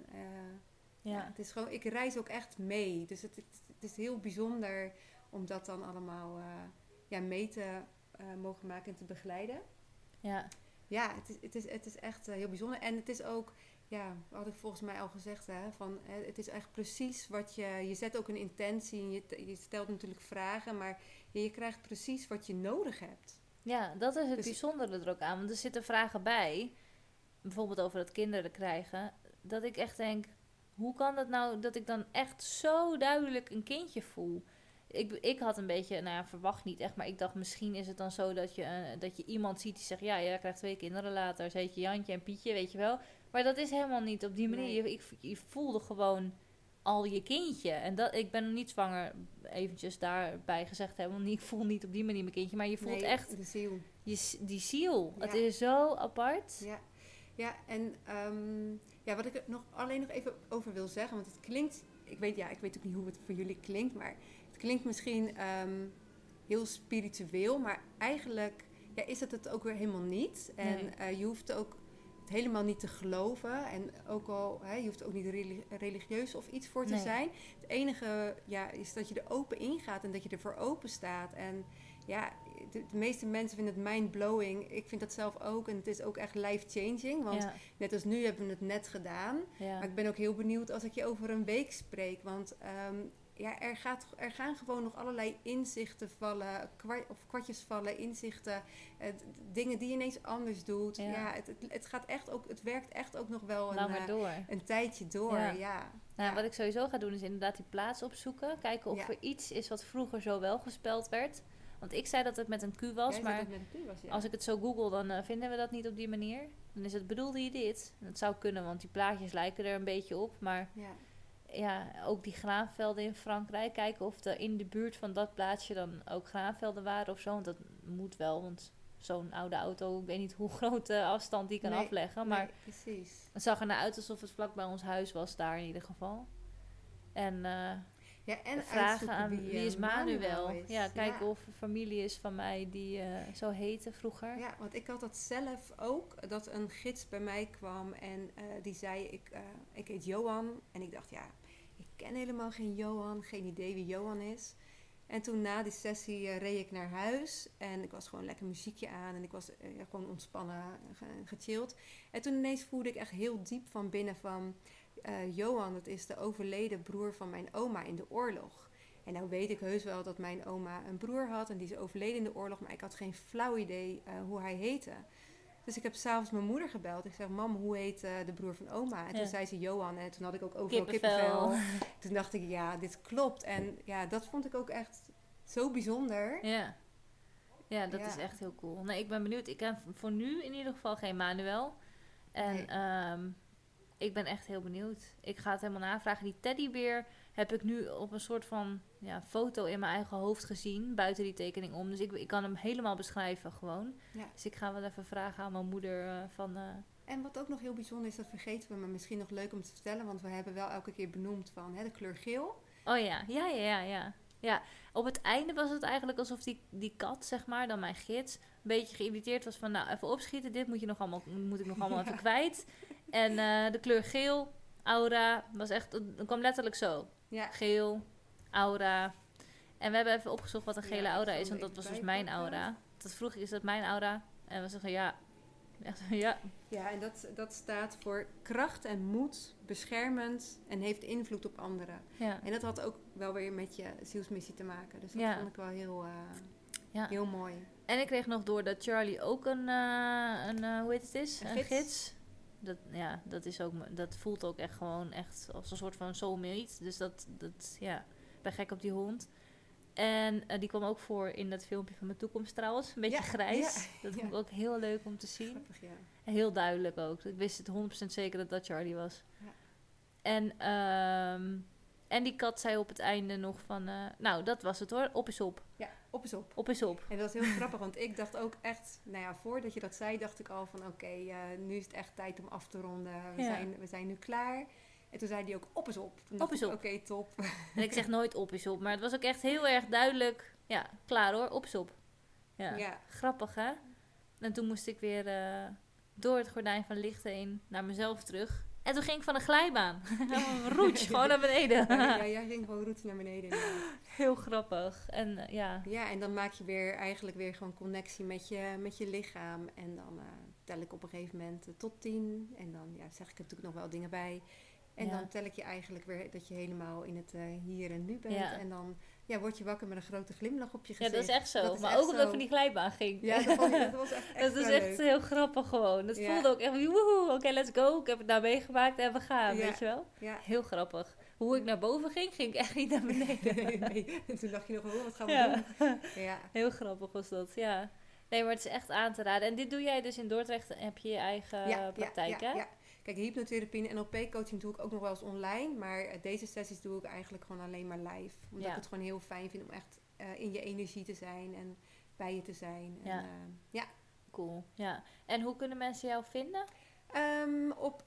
Ja. Het is gewoon, ik reis ook echt mee. Dus het is heel bijzonder om dat dan allemaal mee te mogen maken en te begeleiden. Ja. Ja, het is echt heel bijzonder. En het is ook, had ik volgens mij al gezegd, hè, van het is echt precies wat je zet ook een intentie en je stelt natuurlijk vragen, maar je krijgt precies wat je nodig hebt. Ja, dat is het Dus- bijzondere er ook aan. Want er zitten vragen bij, bijvoorbeeld over dat kinderen krijgen, dat ik echt denk, hoe kan dat nou dat ik dan echt zo duidelijk een kindje voel? Ik had een beetje, verwacht niet echt, maar ik dacht misschien is het dan zo dat je iemand ziet die zegt, ja, jij krijgt 2 kinderen later, ze heet je Jantje en Pietje, weet je wel. Maar dat is helemaal niet op die manier. Nee. Je voelde gewoon al je kindje. En ik ben nog niet zwanger, eventjes daarbij gezegd hebben, want ik voel niet op die manier mijn kindje, maar je voelt echt de ziel. die ziel. Ja. Het is zo apart. Ja, en wat ik er alleen nog even over wil zeggen, want het klinkt, ik weet ook niet hoe het voor jullie klinkt, maar het klinkt misschien heel spiritueel, maar eigenlijk is het ook weer helemaal niet. En je hoeft ook het helemaal niet te geloven en ook al, je hoeft ook niet religieus of iets voor te zijn. Het enige is dat je er open in gaat en dat je ervoor open staat. En de meeste mensen vinden het mind-blowing. Ik vind dat zelf ook. En het is ook echt life-changing. Want net als nu hebben we het net gedaan. Ja. Maar ik ben ook heel benieuwd als ik je over een week spreek. Want er gaan gewoon nog allerlei inzichten vallen. Kwartjes vallen, inzichten. Dingen die je ineens anders doet. Ja. Het gaat echt ook, het werkt echt ook nog wel een tijdje door. Wat ik sowieso ga doen is inderdaad die plaats opzoeken. Kijken of er iets is wat vroeger zo wel gespeld werd. Want ik zei dat het met een Q was, maar als ik het zo google, dan vinden we dat niet op die manier. Dan is het, bedoelde je dit? En dat zou kunnen, want die plaatjes lijken er een beetje op. Maar ook die graanvelden in Frankrijk. Kijken of er in de buurt van dat plaatsje dan ook graanvelden waren of zo. Want dat moet wel, want zo'n oude auto, ik weet niet hoe grote afstand die kan afleggen. Maar precies. Het zag er naar uit alsof het vlak bij ons huis was, daar in ieder geval. En en vragen aan wie is Manuel. Is. Kijken of er familie is van mij die zo heette vroeger. Ja, want ik had dat zelf ook. Dat een gids bij mij kwam en die zei, ik heet Johan. En ik dacht, ik ken helemaal geen Johan. Geen idee wie Johan is. En toen na die sessie reed ik naar huis. En ik was gewoon lekker muziekje aan. En ik was gewoon ontspannen, gechilled. En toen ineens voelde ik echt heel diep van binnen van... Johan, dat is de overleden broer van mijn oma in de oorlog. En nou weet ik heus wel dat mijn oma een broer had en die is overleden in de oorlog, maar ik had geen flauw idee hoe hij heette. Dus ik heb s'avonds mijn moeder gebeld. Ik zeg, mam, hoe heet de broer van oma? En toen zei ze Johan en toen had ik ook overal kippenvel. Toen dacht ik, dit klopt. En dat vond ik ook echt zo bijzonder. Ja, dat is echt heel cool. Nee, ik ben benieuwd. Ik heb voor nu in ieder geval geen Manuel. En ik ben echt heel benieuwd. Ik ga het helemaal navragen. Die teddybeer heb ik nu op een soort van foto in mijn eigen hoofd gezien. Buiten die tekening om. Dus ik kan hem helemaal beschrijven gewoon. Ja. Dus ik ga wel even vragen aan mijn moeder van... En wat ook nog heel bijzonder is, dat vergeten we. Maar misschien nog leuk om te vertellen. Want we hebben wel elke keer benoemd van de kleur geel. Oh ja. Ja, op het einde was het eigenlijk alsof die kat, zeg maar, dan mijn gids, een beetje geïrriteerd was van, nou, even opschieten, dit moet ik nog allemaal even kwijt. En de kleur geel, aura, was echt, dat kwam letterlijk zo. Ja. Geel, aura. En we hebben even opgezocht wat een gele aura is, want dat was dus mijn aura. Dat vroeg ik, is dat mijn aura? En we zeggen ja. Ja. Ja, en dat staat voor kracht en moed, beschermend en heeft invloed op anderen. Ja. En dat had ook wel weer met je zielsmissie te maken. Dus dat vond ik wel heel mooi. En ik kreeg nog door dat Charlie ook een hoe heet het is? Een gids. Dat voelt ook echt gewoon echt als een soort van soulmate. Dus ik ben gek op die hond. En die kwam ook voor in dat filmpje van mijn toekomst trouwens. Een beetje grijs. Ja, dat vond ik ook heel leuk om te zien. Grappig, En heel duidelijk ook. Ik wist het 100% zeker dat Charlie was. Ja. En die kat zei op het einde nog van... nou, dat was het hoor. Op is op. Ja, op is op. Op is op. En dat is heel grappig, want ik dacht ook echt... Nou ja, voordat je dat zei, dacht ik al van... Oké, nu is het echt tijd om af te ronden. We zijn nu klaar. En toen zei hij ook op is op. Op is op. Oké, top. En ik zeg nooit op is op. Maar het was ook echt heel erg duidelijk... Ja, klaar hoor. Op is op. Ja. Grappig hè? En toen moest ik weer door het gordijn van licht heen naar mezelf terug. En toen ging ik van een glijbaan. Roets, gewoon naar beneden. Ja, jij ging gewoon roets naar beneden. Ja. Heel grappig. En Ja, en dan maak je eigenlijk weer gewoon connectie met je lichaam. En dan tel ik op een gegeven moment tot 10. En dan zeg ik er natuurlijk nog wel dingen bij. En dan tel ik je eigenlijk weer dat je helemaal in het hier en nu bent. Ja. En dan word je wakker met een grote glimlach op je gezicht. Ja, dat is echt zo. Maar ook omdat ik van die glijbaan ging. Ja, dat was echt dat is echt heel grappig gewoon. Dat voelde ook echt, woehoe, oké, let's go. Ik heb het nou meegemaakt en we gaan, weet je wel. Ja. Heel grappig. Hoe ik naar boven ging ik echt niet naar beneden. Nee. En toen dacht je nog, wat gaan we doen? Ja. Heel grappig was dat, ja. Nee, maar het is echt aan te raden. En dit doe jij dus in Dordrecht. Heb je je eigen praktijk, hè? Ja. Kijk, hypnotherapie en NLP-coaching doe ik ook nog wel eens online. Maar deze sessies doe ik eigenlijk gewoon alleen maar live. Omdat ik het gewoon heel fijn vind om echt in je energie te zijn en bij je te zijn. En, Cool, ja. En hoe kunnen mensen jou vinden? Op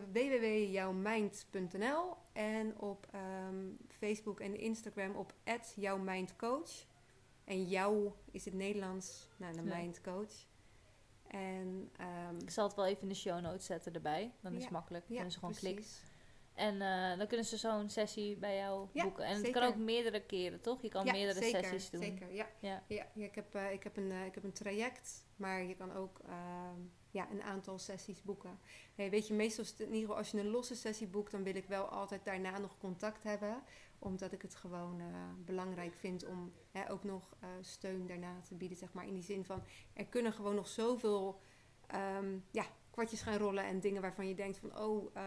www.jouwmind.nl en op Facebook en Instagram op @jouwmindcoach. En jou is het Nederlands, de mindcoach. En, ik zal het wel even in de show notes zetten erbij. Dan is het makkelijk. Dan kunnen ze gewoon klikken. En dan kunnen ze zo'n sessie bij jou boeken. En het kan ook meerdere keren, toch? Je kan meerdere sessies doen. Zeker, ja. Ik heb een traject, maar je kan ook een aantal sessies boeken. Hey, weet je, meestal in ieder geval als je een losse sessie boekt, dan wil ik wel altijd daarna nog contact hebben. Omdat ik het gewoon belangrijk vind om ook nog steun daarna te bieden, zeg maar. In die zin van, er kunnen gewoon nog zoveel kwartjes gaan rollen en dingen waarvan je denkt van,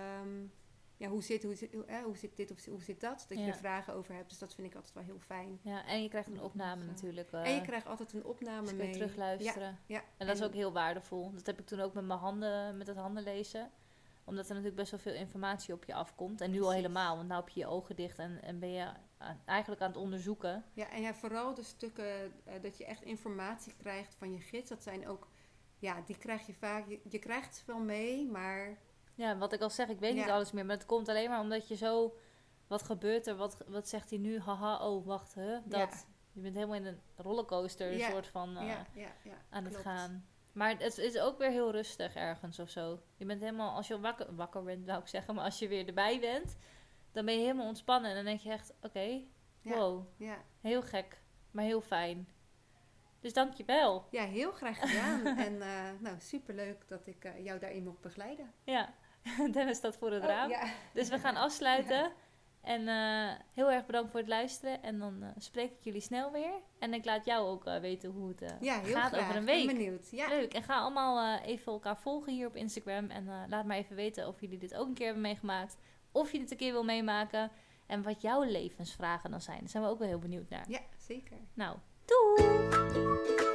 hoe zit dit of hoe zit dat? Dat je er vragen over hebt. Dus dat vind ik altijd wel heel fijn. Ja, en je krijgt een opname natuurlijk. En je krijgt altijd een opname mee. Dus kun je terugluisteren. Ja. En dat is ook heel waardevol. Dat heb ik toen ook met het handen lezen. Omdat er natuurlijk best wel veel informatie op je afkomt. En nu al helemaal, want nu heb je je ogen dicht en ben je eigenlijk aan het onderzoeken. Ja, en vooral de stukken dat je echt informatie krijgt van je gids. Dat zijn ook, die krijg je vaak. Je krijgt het wel mee, maar... Ja, wat ik al zeg, ik weet niet alles meer. Maar het komt alleen maar omdat je zo... Wat gebeurt er? Wat zegt hij nu? Haha, oh, wacht, dat. Je bent helemaal in een rollercoaster soort van aan het gaan. Maar het is ook weer heel rustig ergens of zo. Je bent helemaal, als je wakker bent, zou ik zeggen. Maar als je weer erbij bent, dan ben je helemaal ontspannen. En dan denk je echt, oké, wow. Ja. Heel gek, maar heel fijn. Dus dank je wel. Ja, heel graag gedaan. En superleuk dat ik jou daarin mocht begeleiden. Ja, Dennis staat voor het raam. Ja. Dus we gaan afsluiten. Ja. En heel erg bedankt voor het luisteren. En dan spreek ik jullie snel weer. En ik laat jou ook weten hoe het gaat over een week. Ik ben benieuwd. Ja. Leuk. En ga allemaal even elkaar volgen hier op Instagram. En laat maar even weten of jullie dit ook een keer hebben meegemaakt. Of je dit een keer wil meemaken. En wat jouw levensvragen dan zijn. Daar zijn we ook wel heel benieuwd naar. Ja, zeker. Nou, doei!